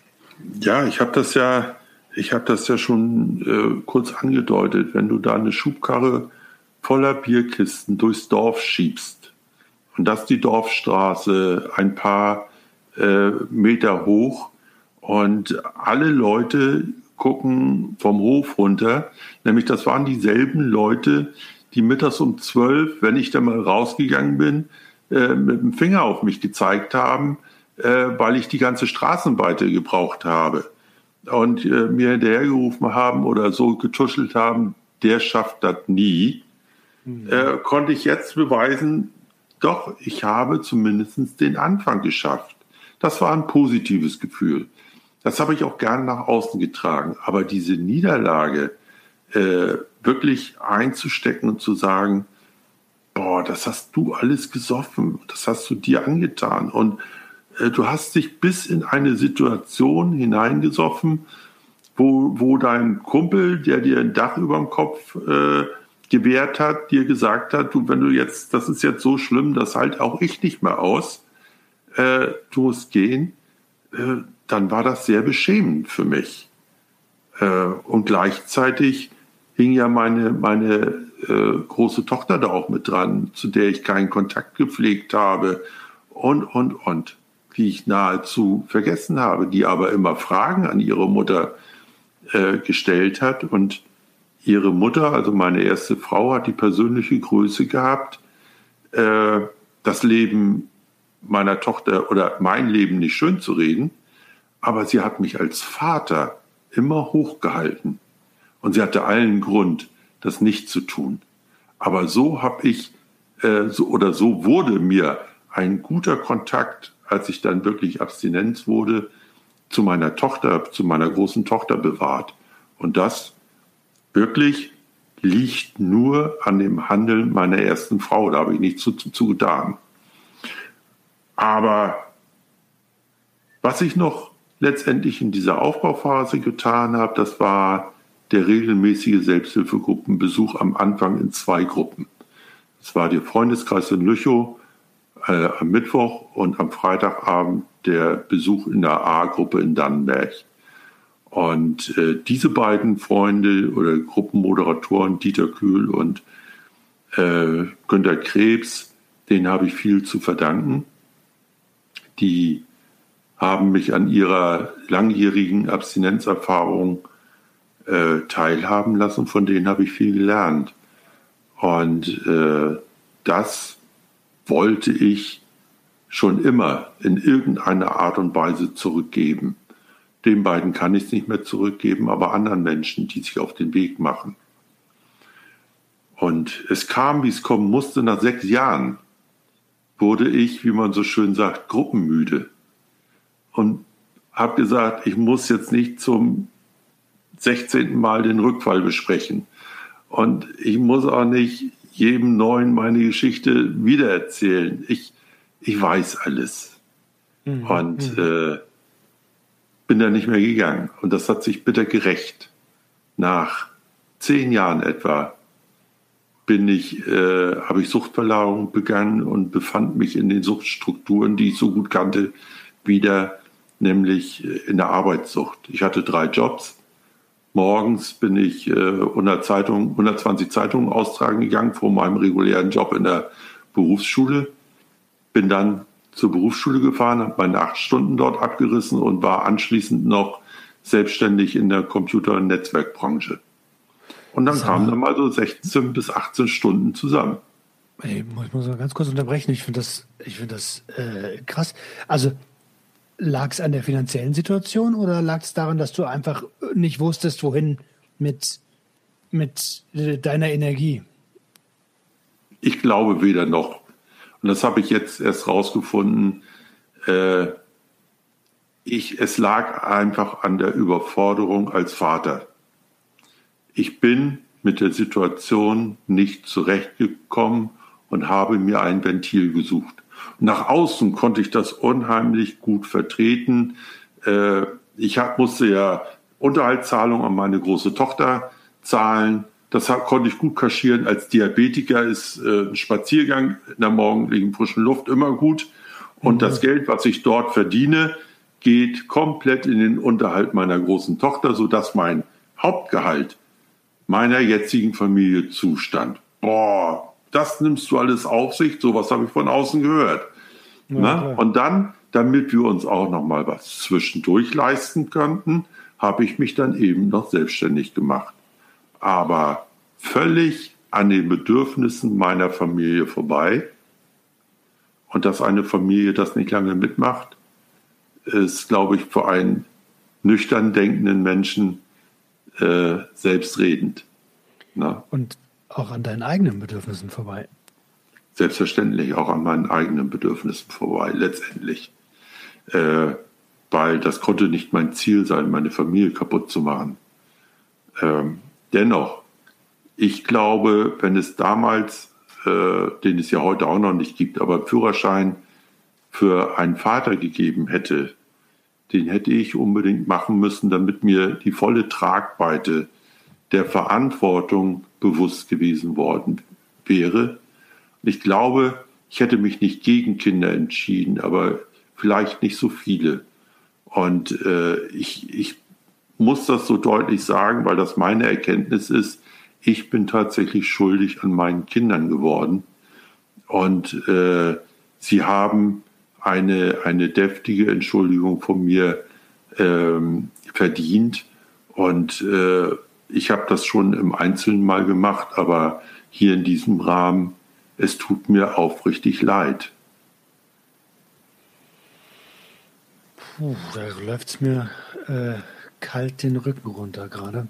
Ja, ich habe das ja, ich habe das ja schon äh, kurz angedeutet. Wenn du da eine Schubkarre voller Bierkisten durchs Dorf schiebst und das die Dorfstraße ein paar äh, Meter hoch, und alle Leute gucken vom Hof runter, nämlich das waren dieselben Leute, die mittags um zwölf, wenn ich da mal rausgegangen bin, äh, mit dem Finger auf mich gezeigt haben, äh, weil ich die ganze Straßenweite gebraucht habe. Und äh, mir hinterhergerufen haben oder so getuschelt haben, der schafft das nie. Mhm. Äh, konnte ich jetzt beweisen, doch, ich habe zumindest den Anfang geschafft. Das war ein positives Gefühl. Das habe ich auch gerne nach außen getragen. Aber diese Niederlage äh, wirklich einzustecken und zu sagen, boah, das hast du alles gesoffen, das hast du dir angetan. Und äh, du hast dich bis in eine Situation hineingesoffen, wo, wo dein Kumpel, der dir ein Dach über dem Kopf äh, gewährt hat, dir gesagt hat, du, wenn du jetzt, das ist jetzt so schlimm, das halte auch ich nicht mehr aus, äh, du musst gehen, äh, dann war das sehr beschämend für mich. Äh, und gleichzeitig hing ja meine, meine äh, große Tochter da auch mit dran, zu der ich keinen Kontakt gepflegt habe und, und, und. die ich nahezu vergessen habe, die aber immer Fragen an ihre Mutter äh, gestellt hat. Und ihre Mutter, also meine erste Frau, hat die persönliche Größe gehabt, äh, das Leben meiner Tochter oder mein Leben nicht schön zu reden, aber sie hat mich als Vater immer hochgehalten. Und sie hatte allen Grund, das nicht zu tun. Aber so habe ich, äh, so, oder so wurde mir ein guter Kontakt, als ich dann wirklich Abstinenz wurde, zu meiner Tochter, zu meiner großen Tochter bewahrt. Und das wirklich liegt nur an dem Handeln meiner ersten Frau. Da habe ich nichts zu, zu, zu getan. Aber was ich noch letztendlich in dieser Aufbauphase getan habe, das war der regelmäßige Selbsthilfegruppenbesuch am Anfang in zwei Gruppen. Das war der Freundeskreis in Lüchow äh, am Mittwoch und am Freitagabend der Besuch in der A-Gruppe in Dannenberg. Und äh, diese beiden Freunde oder Gruppenmoderatoren, Dieter Kühl und äh, Günter Krebs, denen habe ich viel zu verdanken. Die haben mich an ihrer langjährigen Abstinenzerfahrung äh, teilhaben lassen, von denen habe ich viel gelernt. Und äh, das wollte ich schon immer in irgendeiner Art und Weise zurückgeben. Den beiden kann ich es nicht mehr zurückgeben, aber anderen Menschen, die sich auf den Weg machen. Und es kam, wie es kommen musste, nach sechs Jahren wurde ich, wie man so schön sagt, gruppenmüde. Und habe gesagt, ich muss jetzt nicht zum sechzehnten Mal den Rückfall besprechen. Und ich muss auch nicht jedem Neuen meine Geschichte wiedererzählen. Ich, ich weiß alles. Mhm. Und äh, bin da nicht mehr gegangen. Und das hat sich bitter gerächt. Nach zehn Jahren etwa bin ich, äh, habe ich Suchtverlagerung begangen und befand mich in den Suchtstrukturen, die ich so gut kannte, wieder, nämlich in der Arbeitssucht. Ich hatte drei Jobs. Morgens bin ich äh, hundert Zeitungen, hundertzwanzig Zeitungen austragen gegangen vor meinem regulären Job in der Berufsschule. Bin dann zur Berufsschule gefahren, habe meine acht Stunden dort abgerissen und war anschließend noch selbstständig in der Computer- und Netzwerkbranche. Und dann kamen dann mal so sechzehn bis achtzehn Stunden zusammen. Ich muss mal ganz kurz unterbrechen. Ich finde das, ich finde das äh, krass. Also lag es an der finanziellen Situation oder lag es daran, dass du einfach nicht wusstest, wohin mit, mit deiner Energie? Ich glaube weder noch. Und das habe ich jetzt erst rausgefunden. Äh, ich, es lag einfach an der Überforderung als Vater. Ich bin mit der Situation nicht zurechtgekommen und habe mir ein Ventil gesucht. Nach außen konnte ich das unheimlich gut vertreten. Äh, ich hab, musste ja Unterhaltszahlungen an meine große Tochter zahlen. Das hab, konnte ich gut kaschieren. Als Diabetiker ist äh, ein Spaziergang in der morgendlichen frischen Luft immer gut. Und mhm. das Geld, was ich dort verdiene, geht komplett in den Unterhalt meiner großen Tochter, sodass mein Hauptgehalt meiner jetzigen Familie zustand. Boah, das nimmst du alles auf sich, sowas habe ich von außen gehört. Ja, und dann, damit wir uns auch noch mal was zwischendurch leisten könnten, habe ich mich dann eben noch selbstständig gemacht. Aber völlig an den Bedürfnissen meiner Familie vorbei. Und dass eine Familie das nicht lange mitmacht, ist, glaube ich, für einen nüchtern denkenden Menschen äh, selbstredend. Na? Und auch an deinen eigenen Bedürfnissen vorbei. Selbstverständlich auch an meinen eigenen Bedürfnissen vorbei, letztendlich. Äh, weil das konnte nicht mein Ziel sein, meine Familie kaputt zu machen. Ähm, dennoch, ich glaube, wenn es damals, äh, den es ja heute auch noch nicht gibt, aber einen Führerschein für einen Vater gegeben hätte, den hätte ich unbedingt machen müssen, damit mir die volle Tragweite der Verantwortung bewusst gewesen worden wäre. Ich glaube, ich hätte mich nicht gegen Kinder entschieden, aber vielleicht nicht so viele. Und äh, ich, ich muss das so deutlich sagen, weil das meine Erkenntnis ist, ich bin tatsächlich schuldig an meinen Kindern geworden. Und äh, sie haben eine, eine deftige Entschuldigung von mir ähm, verdient. Und äh, ich habe das schon im Einzelnen mal gemacht, aber hier in diesem Rahmen, es tut mir aufrichtig leid. Puh, da läuft es mir äh, kalt den Rücken runter gerade.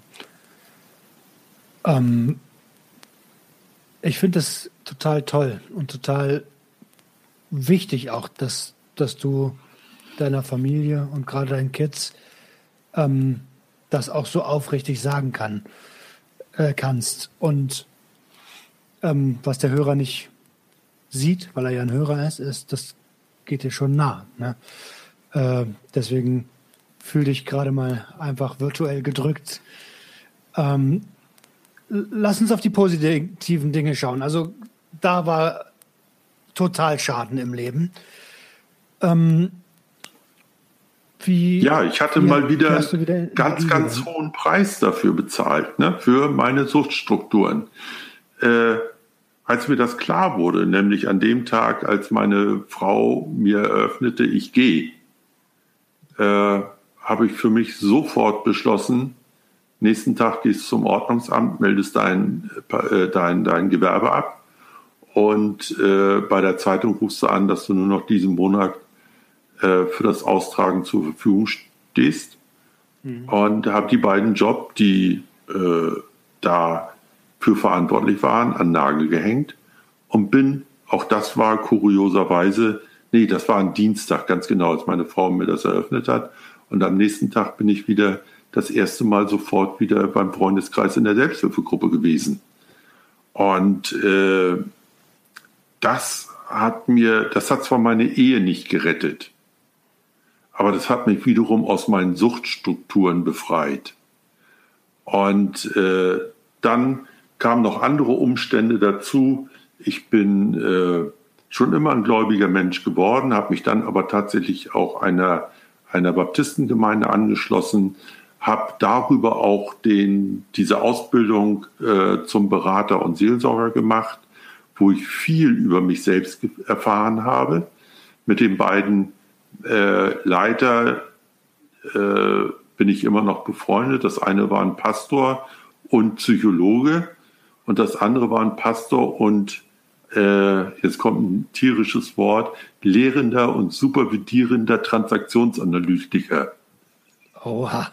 Ähm, ich finde das total toll und total wichtig auch, dass, dass du deiner Familie und gerade deinen Kids ähm, das auch so aufrichtig sagen kann, äh, kannst. Und ähm, was der Hörer nicht sieht, weil er ja ein Hörer ist, ist, das geht dir schon nah. Ne? Äh, deswegen fühl dich gerade mal einfach virtuell gedrückt. Ähm, lass uns auf die positiven Dinge schauen. Also da war total Schaden im Leben. Ähm, wie, ja, ich hatte wie, mal wieder, wieder ganz, ganz hohen Preis dafür bezahlt, ne, für meine Suchtstrukturen. Äh, als mir das klar wurde, nämlich an dem Tag, als meine Frau mir eröffnete, ich gehe, äh, habe ich für mich sofort beschlossen, nächsten Tag gehst du zum Ordnungsamt, meldest dein, äh, dein, dein Gewerbe ab und äh, bei der Zeitung rufst du an, dass du nur noch diesen Monat äh, für das Austragen zur Verfügung stehst. Mhm. Und habe die beiden Jobs, die äh, da für verantwortlich waren, an den Nagel gehängt und bin, auch das war kurioserweise, nee, das war ein Dienstag, ganz genau, als meine Frau mir das eröffnet hat. Und am nächsten Tag bin ich wieder das erste Mal sofort wieder beim Freundeskreis in der Selbsthilfegruppe gewesen. Und äh, das hat mir, das hat zwar meine Ehe nicht gerettet, aber das hat mich wiederum aus meinen Suchtstrukturen befreit. Und äh, dann kamen noch andere Umstände dazu. Ich bin äh, schon immer ein gläubiger Mensch geworden, habe mich dann aber tatsächlich auch einer, einer Baptistengemeinde angeschlossen, habe darüber auch den, diese Ausbildung äh, zum Berater und Seelsorger gemacht, wo ich viel über mich selbst erfahren habe. Mit den beiden äh, Leiter äh, bin ich immer noch befreundet. Das eine war ein Pastor und Psychologe und das andere war ein Pastor und, äh, jetzt kommt ein tierisches Wort, lehrender und supervidierender Transaktionsanalytiker. Oha.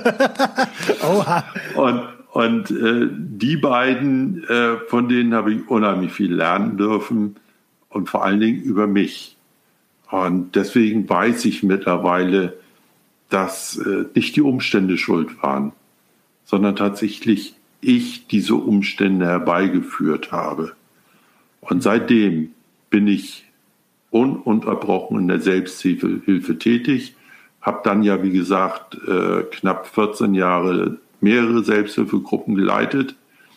Oha. Und, und äh, die beiden, äh, von denen habe ich unheimlich viel lernen dürfen und vor allen Dingen über mich. Und deswegen weiß ich mittlerweile, dass äh, nicht die Umstände schuld waren, sondern tatsächlich ich diese Umstände herbeigeführt habe. Und seitdem bin ich ununterbrochen in der Selbsthilfe Hilfe tätig, habe dann ja, wie gesagt, äh, knapp vierzehn Jahre mehrere Selbsthilfegruppen geleitet.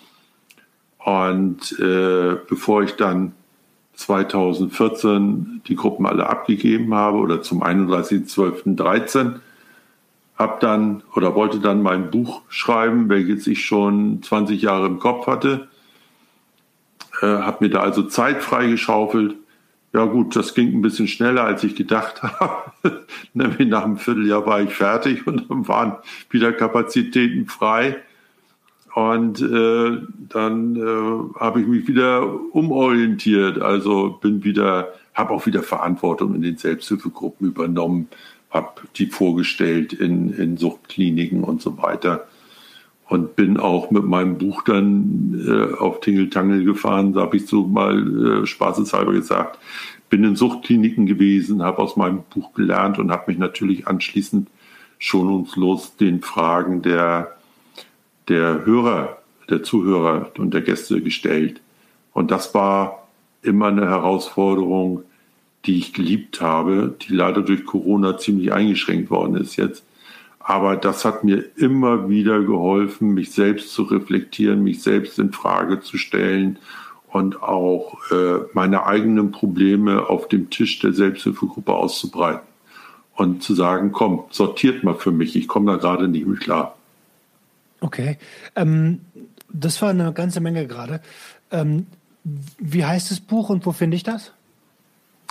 Und äh, bevor ich dann zweitausendvierzehn die Gruppen alle abgegeben habe oder zum einunddreißigsten zwölften dreizehn, habe dann oder wollte dann mein Buch schreiben, welches ich schon zwanzig Jahre im Kopf hatte. Äh, habe mir da also Zeit freigeschaufelt. Ja gut, das ging ein bisschen schneller, als ich gedacht habe. Nämlich nach einem Vierteljahr war ich fertig und dann waren wieder Kapazitäten frei. Und äh, dann äh, habe ich mich wieder umorientiert. Also bin wieder, habe auch wieder Verantwortung in den Selbsthilfegruppen übernommen, habe die vorgestellt in, in Suchtkliniken und so weiter. Und bin auch mit meinem Buch dann äh, auf Tingeltangel gefahren, da habe ich so mal äh, spaßeshalber gesagt. Bin in Suchtkliniken gewesen, habe aus meinem Buch gelernt und habe mich natürlich anschließend schonungslos den Fragen der, der Hörer, der Zuhörer und der Gäste gestellt. Und das war immer eine Herausforderung, die ich geliebt habe, die leider durch Corona ziemlich eingeschränkt worden ist jetzt. Aber das hat mir immer wieder geholfen, mich selbst zu reflektieren, mich selbst in Frage zu stellen und auch äh, meine eigenen Probleme auf dem Tisch der Selbsthilfegruppe auszubreiten und zu sagen, komm, sortiert mal für mich, ich komme da gerade nicht mehr klar. Okay, ähm, das war eine ganze Menge gerade. Ähm, wie heißt das Buch und wo finde ich das?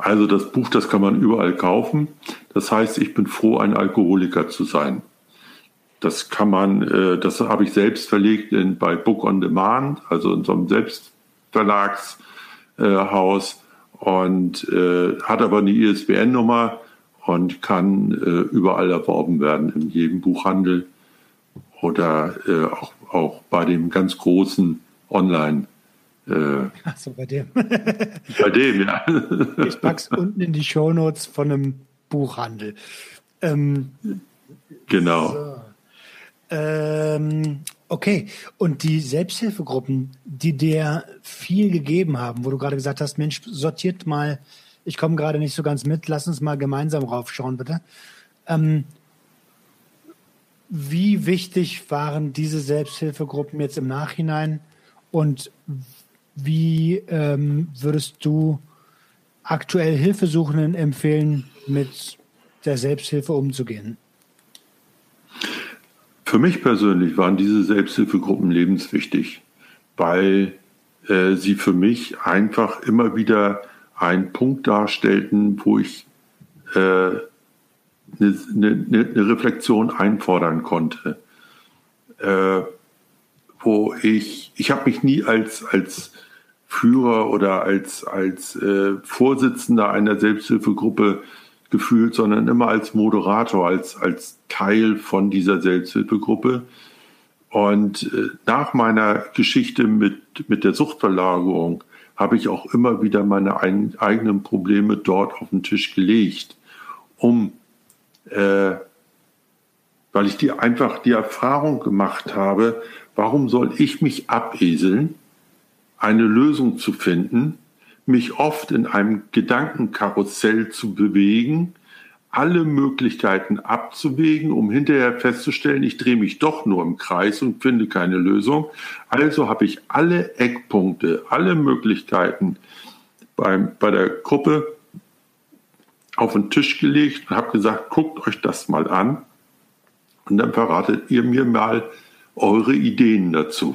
Also das Buch, das kann man überall kaufen. Das heißt, ich bin froh, ein Alkoholiker zu sein. Das kann man, äh, das habe ich selbst verlegt in, bei Book on Demand, also in so einem Selbstverlagshaus äh, und äh, hat aber eine I S B N-Nummer und kann äh, überall erworben werden, in jedem Buchhandel oder äh, auch, auch bei dem ganz großen Online. Äh, Ach so, bei dem. bei dem, ja. Ich pack's unten in die Shownotes von einem Buchhandel. Ähm, genau. So. Ähm, okay, und die Selbsthilfegruppen, die dir viel gegeben haben, wo du gerade gesagt hast, Mensch, sortiert mal, ich komme gerade nicht so ganz mit, lass uns mal gemeinsam raufschauen, bitte. Ähm, wie wichtig waren diese Selbsthilfegruppen jetzt im Nachhinein und wie ähm, würdest du aktuell Hilfesuchenden empfehlen, mit der Selbsthilfe umzugehen? Für mich persönlich waren diese Selbsthilfegruppen lebenswichtig, weil äh, sie für mich einfach immer wieder einen Punkt darstellten, wo ich äh, eine, eine, eine Reflexion einfordern konnte. Äh, wo ich, ich habe mich nie als, als Führer oder als, als äh, Vorsitzender einer Selbsthilfegruppe gefühlt, sondern immer als Moderator, als, als Teil von dieser Selbsthilfegruppe. Und äh, nach meiner Geschichte mit, mit der Suchtverlagerung habe ich auch immer wieder meine ein, eigenen Probleme dort auf den Tisch gelegt, um, äh, weil ich die einfach die Erfahrung gemacht habe, warum soll ich mich abeseln, eine Lösung zu finden, mich oft in einem Gedankenkarussell zu bewegen, alle Möglichkeiten abzuwägen, um hinterher festzustellen, ich drehe mich doch nur im Kreis und finde keine Lösung. Also habe ich alle Eckpunkte, alle Möglichkeiten beim, bei der Gruppe auf den Tisch gelegt und habe gesagt, guckt euch das mal an und dann verratet ihr mir mal eure Ideen dazu.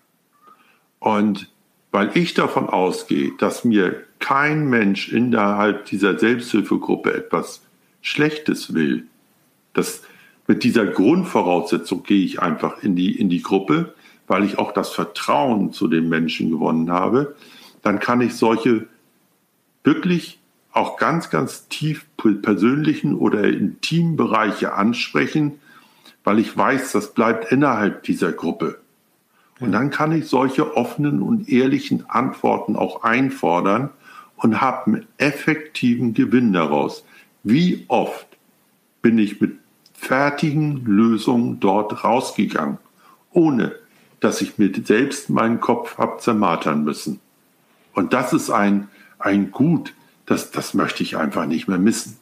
Und weil ich davon ausgehe, dass mir kein Mensch innerhalb dieser Selbsthilfegruppe etwas Schlechtes will, das, mit dieser Grundvoraussetzung gehe ich einfach in die, in die Gruppe, weil ich auch das Vertrauen zu den Menschen gewonnen habe, dann kann ich solche wirklich auch ganz, ganz tief persönlichen oder intimen Bereiche ansprechen, weil ich weiß, das bleibt innerhalb dieser Gruppe. Und dann kann ich solche offenen und ehrlichen Antworten auch einfordern und habe einen effektiven Gewinn daraus. Wie oft bin ich mit fertigen Lösungen dort rausgegangen, ohne dass ich mir selbst meinen Kopf habe zermartern müssen. Und das ist ein, ein Gut, das, das möchte ich einfach nicht mehr missen.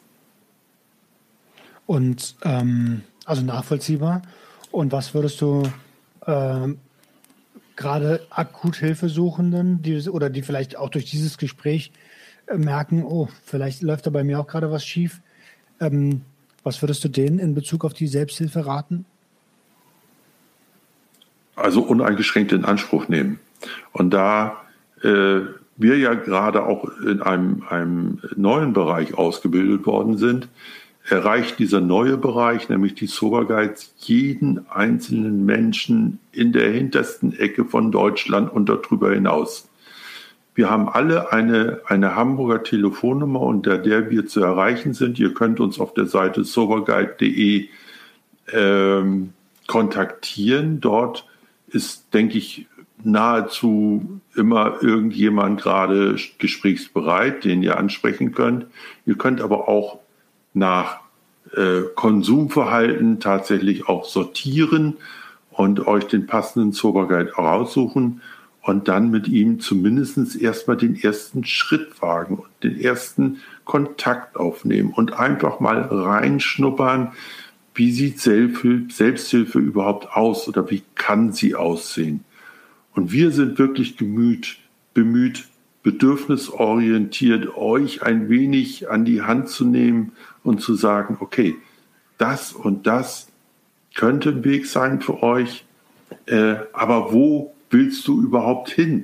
Und ähm, also nachvollziehbar. Und was würdest du ähm, gerade akut Hilfesuchenden, die oder die vielleicht auch durch dieses Gespräch äh, merken, oh, vielleicht läuft da bei mir auch gerade was schief. Ähm, was würdest du denen in Bezug auf die Selbsthilfe raten? Also uneingeschränkt in Anspruch nehmen. Und da äh, wir ja gerade auch in einem, einem neuen Bereich ausgebildet worden sind, erreicht dieser neue Bereich, nämlich die Sober Guides, jeden einzelnen Menschen in der hintersten Ecke von Deutschland und darüber hinaus. Wir haben alle eine, eine Hamburger Telefonnummer, unter der wir zu erreichen sind. Ihr könnt uns auf der Seite soberguide punkt de ähm, kontaktieren. Dort ist, denke ich, nahezu immer irgendjemand gerade gesprächsbereit, den ihr ansprechen könnt. Ihr könnt aber auch nach äh, Konsumverhalten tatsächlich auch sortieren und euch den passenden Sober Guide raussuchen und dann mit ihm zumindest erstmal den ersten Schritt wagen und den ersten Kontakt aufnehmen und einfach mal reinschnuppern, wie sieht Selbsthilfe, Selbsthilfe überhaupt aus oder wie kann sie aussehen. Und wir sind wirklich gemüht, bemüht, bedürfnisorientiert, euch ein wenig an die Hand zu nehmen und zu sagen, okay, das und das könnte ein Weg sein für euch, äh, aber wo willst du überhaupt hin?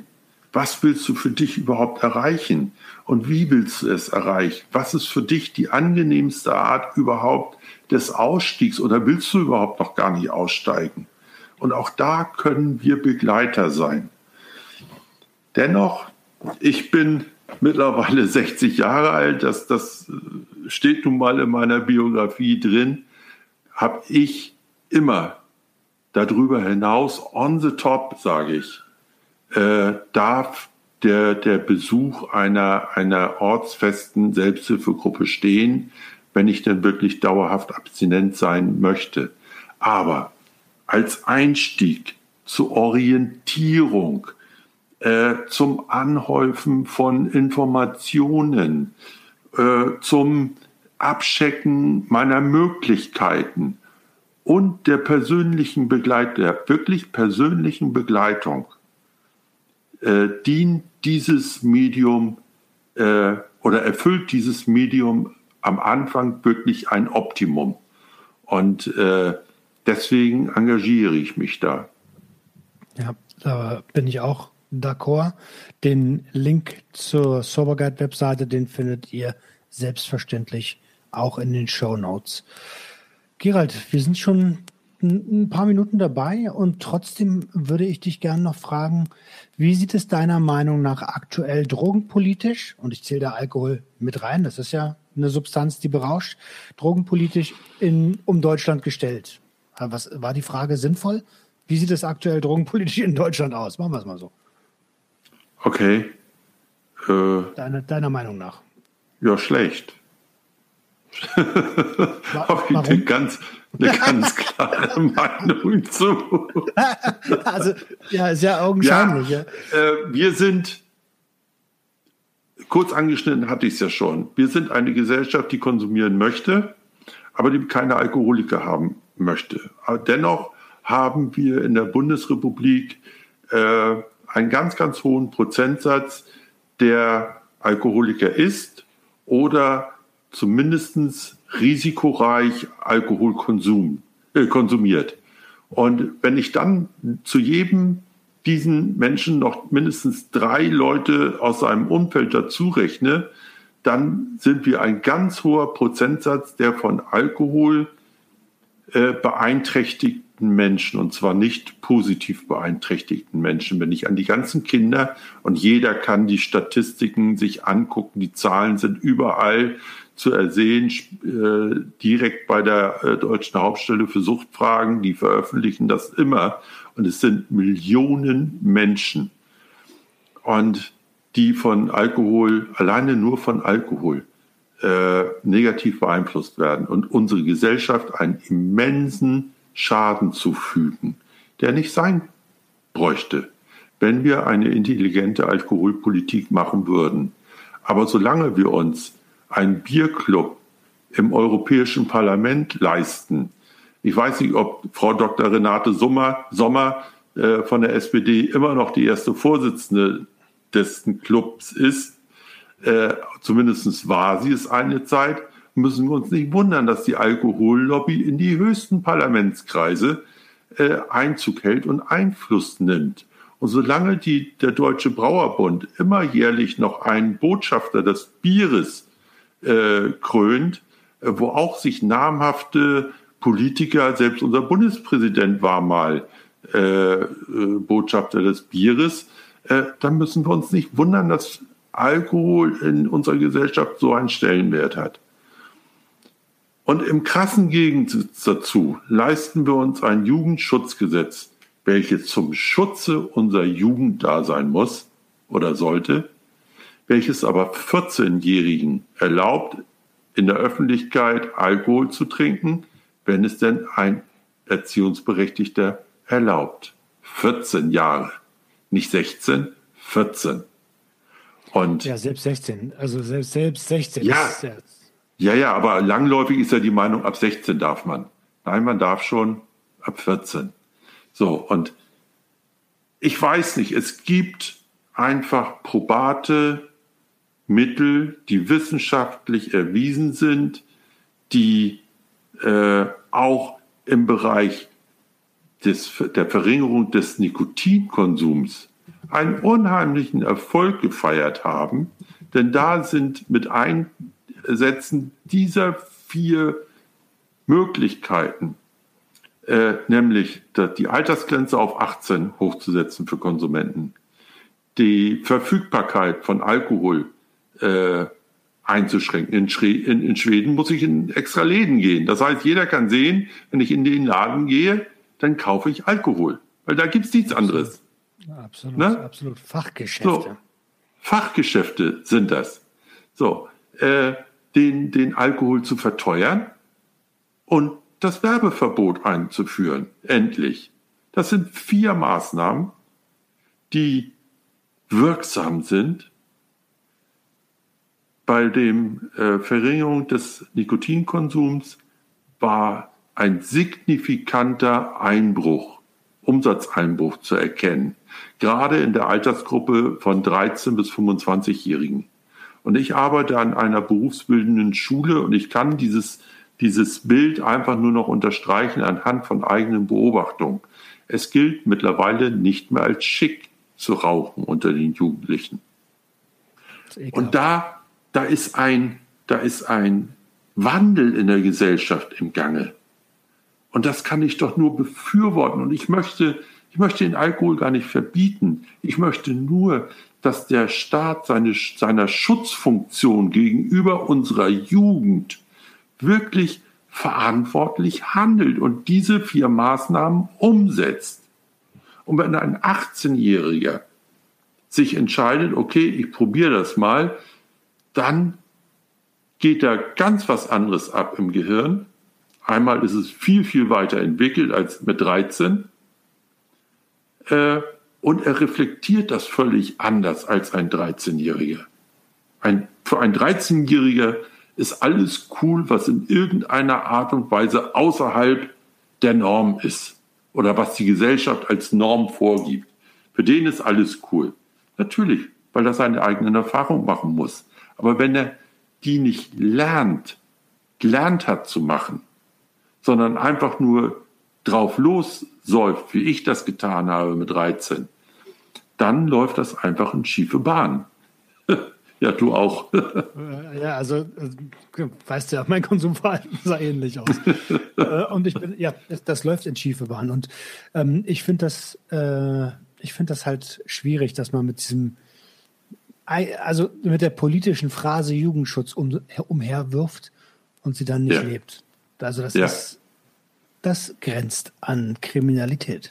Was willst du für dich überhaupt erreichen? Und wie willst du es erreichen? Was ist für dich die angenehmste Art überhaupt des Ausstiegs? Oder willst du überhaupt noch gar nicht aussteigen? Und auch da können wir Begleiter sein. Dennoch, ich bin mittlerweile sechzig Jahre alt, das, das steht nun mal in meiner Biografie drin, habe ich immer darüber hinaus, on the top, sage ich, äh, darf der, der Besuch einer, einer ortsfesten Selbsthilfegruppe stehen, wenn ich denn wirklich dauerhaft abstinent sein möchte. Aber als Einstieg zur Orientierung, äh, zum Anhäufen von Informationen, äh, zum Abchecken meiner Möglichkeiten und der persönlichen Begleitung, der wirklich persönlichen Begleitung, äh, dient dieses Medium äh, oder erfüllt dieses Medium am Anfang wirklich ein Optimum. Und äh, deswegen engagiere ich mich da. Ja, da bin ich auch d'accord. Den Link zur Sober Guide Webseite, den findet ihr selbstverständlich auch in den Shownotes. Gerald, wir sind schon ein paar Minuten dabei und trotzdem würde ich dich gerne noch fragen, wie sieht es deiner Meinung nach aktuell drogenpolitisch, und ich zähle da Alkohol mit rein, das ist ja eine Substanz, die berauscht, drogenpolitisch in, um Deutschland gestellt? Was war die Frage sinnvoll? Wie sieht es aktuell drogenpolitisch in Deutschland aus? Machen wir es mal so. Okay. Äh, Deine, deiner Meinung nach? Ja, schlecht. Habe ich eine ganz, eine ganz klare Meinung zu. Also, ja, ist ja augenscheinlich. Ja, ja. Äh, wir sind, kurz angeschnitten hatte ich es ja schon, wir sind eine Gesellschaft, die konsumieren möchte, aber die keine Alkoholiker haben möchte. Aber dennoch haben wir in der Bundesrepublik äh, einen ganz, ganz hohen Prozentsatz, der Alkoholiker ist oder zumindest risikoreich Alkoholkonsum äh, konsumiert. Und wenn ich dann zu jedem diesen Menschen noch mindestens drei Leute aus seinem Umfeld dazu rechne, dann sind wir ein ganz hoher Prozentsatz der von Alkohol äh, beeinträchtigten Menschen, und zwar nicht positiv beeinträchtigten Menschen. Wenn ich an die ganzen Kinder, und jeder kann die Statistiken sich angucken, die Zahlen sind überall zu ersehen, äh, direkt bei der äh, Deutschen Hauptstelle für Suchtfragen, die veröffentlichen das immer, und es sind Millionen Menschen, und die von Alkohol, alleine nur von Alkohol, äh, negativ beeinflusst werden und unsere Gesellschaft einen immensen Schaden zufügen, der nicht sein bräuchte, wenn wir eine intelligente Alkoholpolitik machen würden. Aber solange wir uns einen Bierclub im Europäischen Parlament leisten, ich weiß nicht, ob Frau Doktor Renate Sommer, Sommer äh, von der S P D immer noch die erste Vorsitzende dessen Clubs ist, äh, zumindest war sie es eine Zeit, müssen wir uns nicht wundern, dass die Alkohollobby in die höchsten Parlamentskreise äh, Einzug hält und Einfluss nimmt. Und solange die, der Deutsche Brauerbund immer jährlich noch einen Botschafter des Bieres äh, krönt, äh, wo auch sich namhafte Politiker, selbst unser Bundespräsident war mal äh, äh, Botschafter des Bieres, äh, dann müssen wir uns nicht wundern, dass Alkohol in unserer Gesellschaft so einen Stellenwert hat. Und im krassen Gegensatz dazu leisten wir uns ein Jugendschutzgesetz, welches zum Schutze unserer Jugend da sein muss oder sollte, welches aber vierzehnjährigen erlaubt, in der Öffentlichkeit Alkohol zu trinken, wenn es denn ein Erziehungsberechtigter erlaubt. vierzehn Jahre, nicht sechzehn, vierzehn. Und ja, selbst sechzehn, also selbst, selbst sechzehn. Ja, ist ja, ja, ja, aber langläufig ist ja die Meinung, ab sechzehn darf man. Nein, man darf schon ab vierzehn. So, und ich weiß nicht, es gibt einfach probate Mittel, die wissenschaftlich erwiesen sind, die äh, auch im Bereich des, der Verringerung des Nikotinkonsums einen unheimlichen Erfolg gefeiert haben, denn da sind mit Einsetzen dieser vier Möglichkeiten, äh, nämlich die Altersgrenze auf achtzehn hochzusetzen für Konsumenten, die Verfügbarkeit von Alkohol äh, einzuschränken. In, in, in Schweden muss ich in extra Läden gehen. Das heißt, jeder kann sehen, wenn ich in den Laden gehe, dann kaufe ich Alkohol, weil da gibt es nichts anderes. Absolut, ne? absolut. Fachgeschäfte. So, Fachgeschäfte sind das. So, äh, den, den Alkohol zu verteuern und das Werbeverbot einzuführen, endlich. Das sind vier Maßnahmen, die wirksam sind bei dem äh, Verringerung des Nikotinkonsums war ein signifikanter Einbruch, Umsatzeinbruch zu erkennen, gerade in der Altersgruppe von dreizehn bis fünfundzwanzigjährigen. Und ich arbeite an einer berufsbildenden Schule und ich kann dieses, dieses Bild einfach nur noch unterstreichen anhand von eigenen Beobachtungen. Es gilt mittlerweile nicht mehr als schick zu rauchen unter den Jugendlichen. Und da Da ist ein, da ist ein Wandel in der Gesellschaft im Gange. Und das kann ich doch nur befürworten. Und ich möchte, ich möchte den Alkohol gar nicht verbieten. Ich möchte nur, dass der Staat seine, seiner Schutzfunktion gegenüber unserer Jugend wirklich verantwortlich handelt und diese vier Maßnahmen umsetzt. Und wenn ein achtzehnjähriger sich entscheidet, okay, ich probiere das mal, dann geht da ganz was anderes ab im Gehirn. Einmal ist es viel, viel weiter entwickelt als mit dreizehn. Äh, und er reflektiert das völlig anders als ein dreizehnjähriger. Ein, für ein dreizehnjähriger ist alles cool, was in irgendeiner Art und Weise außerhalb der Norm ist oder was die Gesellschaft als Norm vorgibt. Für den ist alles cool. Natürlich, weil er seine eigenen Erfahrungen machen muss. Aber wenn er die nicht lernt, gelernt hat zu machen, sondern einfach nur drauf lossäuft, wie ich das getan habe mit dreizehn, dann läuft das einfach in schiefe Bahn. Ja, du auch. Ja, also weißt du ja, mein Konsumverhalten sah ähnlich aus. Und ich bin, ja, das, das läuft in schiefe Bahn. Und ähm, ich finde das, äh, ich finde das halt schwierig, dass man mit diesem also mit der politischen Phrase Jugendschutz um, umherwirft und sie dann nicht ja. lebt. Also das ja. ist, das grenzt an Kriminalität.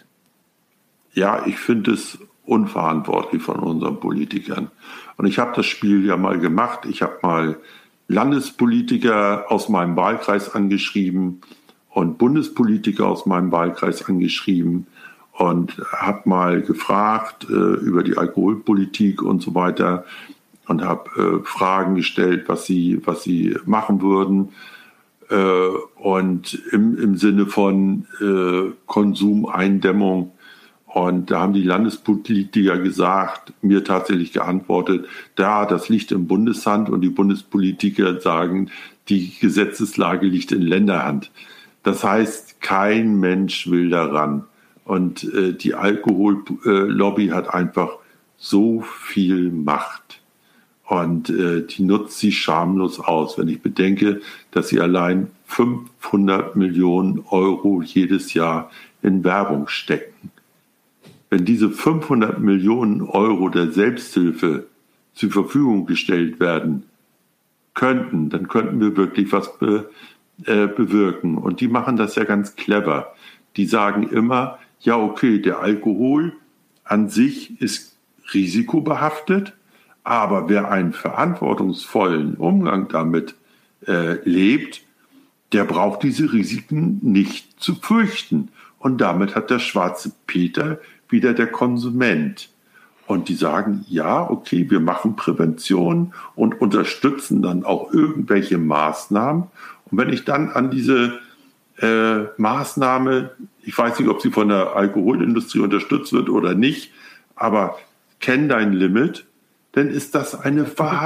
Ja, ich finde es unverantwortlich von unseren Politikern. Und ich habe das Spiel ja mal gemacht. Ich habe mal Landespolitiker aus meinem Wahlkreis angeschrieben und Bundespolitiker aus meinem Wahlkreis angeschrieben und habe mal gefragt äh, über die Alkoholpolitik und so weiter und habe äh, Fragen gestellt, was sie, was sie machen würden äh, und im, im Sinne von äh, Konsumeindämmung. Und da haben die Landespolitiker gesagt, mir tatsächlich geantwortet, da, das liegt im Bundeshand und die Bundespolitiker sagen, die Gesetzeslage liegt in Länderhand. Das heißt, kein Mensch will daran. Und äh, die Alkohollobby äh, hat einfach so viel Macht. Und äh, die nutzt sie schamlos aus. Wenn ich bedenke, dass sie allein fünfhundert Millionen Euro jedes Jahr in Werbung stecken. Wenn diese fünfhundert Millionen Euro der Selbsthilfe zur Verfügung gestellt werden könnten, dann könnten wir wirklich was be, äh, bewirken. Und die machen das ja ganz clever. Die sagen immer, ja, okay, der Alkohol an sich ist risikobehaftet, aber wer einen verantwortungsvollen Umgang damit äh, lebt, der braucht diese Risiken nicht zu fürchten. Und damit hat der schwarze Peter wieder der Konsument. Und die sagen, ja, okay, wir machen Prävention und unterstützen dann auch irgendwelche Maßnahmen. Und wenn ich dann an diese äh, Maßnahme, ich weiß nicht, ob sie von der Alkoholindustrie unterstützt wird oder nicht, aber kenn dein Limit, dann ist das eine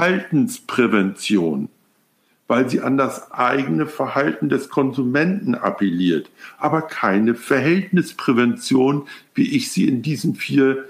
Verhaltensprävention, weil sie an das eigene Verhalten des Konsumenten appelliert, aber keine Verhältnisprävention, wie ich sie in diesen vier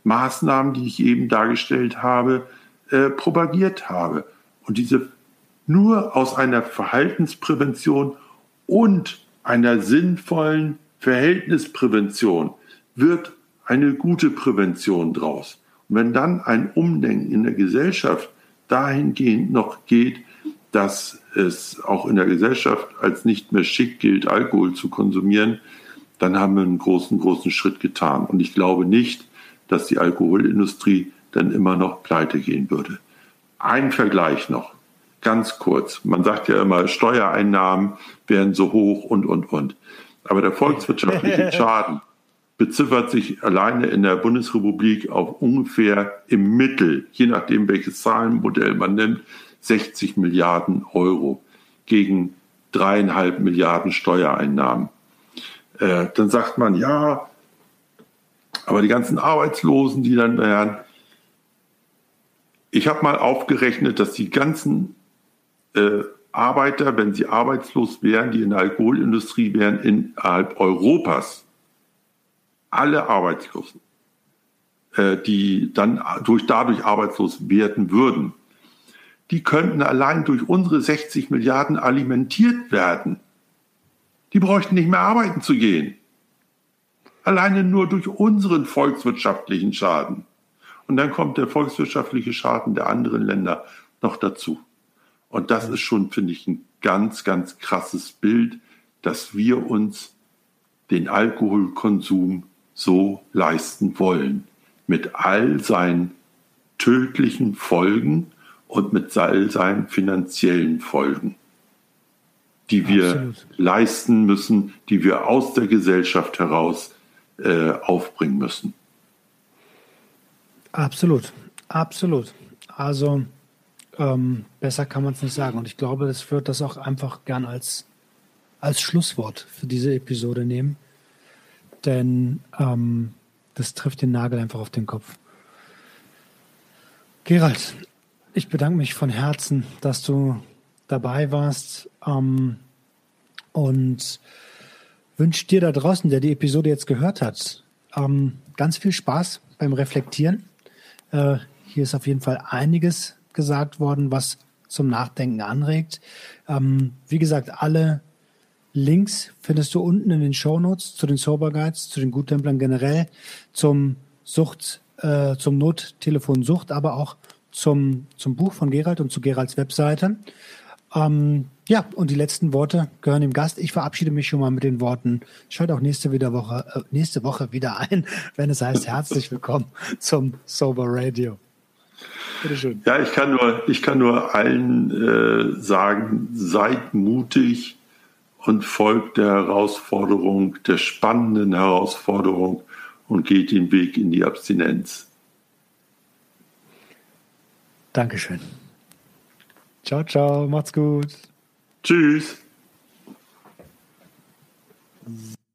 Maßnahmen, die ich eben dargestellt habe, äh, propagiert habe. Und diese nur aus einer Verhaltensprävention und einer sinnvollen Verhältnisprävention wird eine gute Prävention draus. Und wenn dann ein Umdenken in der Gesellschaft dahingehend noch geht, dass es auch in der Gesellschaft als nicht mehr schick gilt, Alkohol zu konsumieren, dann haben wir einen großen, großen Schritt getan. Und ich glaube nicht, dass die Alkoholindustrie dann immer noch pleite gehen würde. Ein Vergleich noch, ganz kurz. Man sagt ja immer, Steuereinnahmen wären so hoch und, und, und. Aber der volkswirtschaftliche Schaden beziffert sich alleine in der Bundesrepublik auf ungefähr im Mittel, je nachdem welches Zahlenmodell man nimmt, sechzig Milliarden Euro gegen dreieinhalb Milliarden Steuereinnahmen. Äh, dann sagt man, ja, aber die ganzen Arbeitslosen, die dann wären. Ich habe mal aufgerechnet, dass die ganzen äh, Arbeiter, wenn sie arbeitslos wären, die in der Alkoholindustrie wären, innerhalb Europas, alle Arbeitslosen, äh, die dann durch, dadurch arbeitslos werden würden, die könnten allein durch unsere sechzig Milliarden alimentiert werden. Die bräuchten nicht mehr arbeiten zu gehen. Alleine nur durch unseren volkswirtschaftlichen Schaden. Und dann kommt der volkswirtschaftliche Schaden der anderen Länder noch dazu. Und das ist schon, finde ich, ein ganz, ganz krasses Bild, dass wir uns den Alkoholkonsum so leisten wollen. Mit all seinen tödlichen Folgen und mit all seinen finanziellen Folgen, die wir Absolut. leisten müssen, die wir aus der Gesellschaft heraus äh, aufbringen müssen. Absolut, absolut. Also ähm, besser kann man es nicht sagen. Und ich glaube, das wird das auch einfach gern als, als Schlusswort für diese Episode nehmen. Denn ähm, das trifft den Nagel einfach auf den Kopf. Gerald, ich bedanke mich von Herzen, dass du dabei warst ähm, und wünsche dir da draußen, der die Episode jetzt gehört hat, ähm, ganz viel Spaß beim Reflektieren. Äh, hier ist auf jeden Fall einiges gesagt worden, was zum Nachdenken anregt. Ähm, wie gesagt, alle Links findest du unten in den Shownotes zu den Sober Guides, zu den Guttemplern generell, zum Sucht, äh, zum Nottelefon Sucht, aber auch zum, zum Buch von Gerald und zu Geralds Webseite. Ähm, ja, und die letzten Worte gehören dem Gast. Ich verabschiede mich schon mal mit den Worten. Schaut auch nächste, wieder Woche, äh, nächste Woche wieder ein, wenn es heißt, herzlich willkommen zum Sober Radio. Bitte schön. Ja, ich kann nur, ich kann nur allen äh, sagen, seid mutig und folgt der Herausforderung, der spannenden Herausforderung und geht den Weg in die Abstinenz. Dankeschön. Ciao, ciao, macht's gut. Tschüss.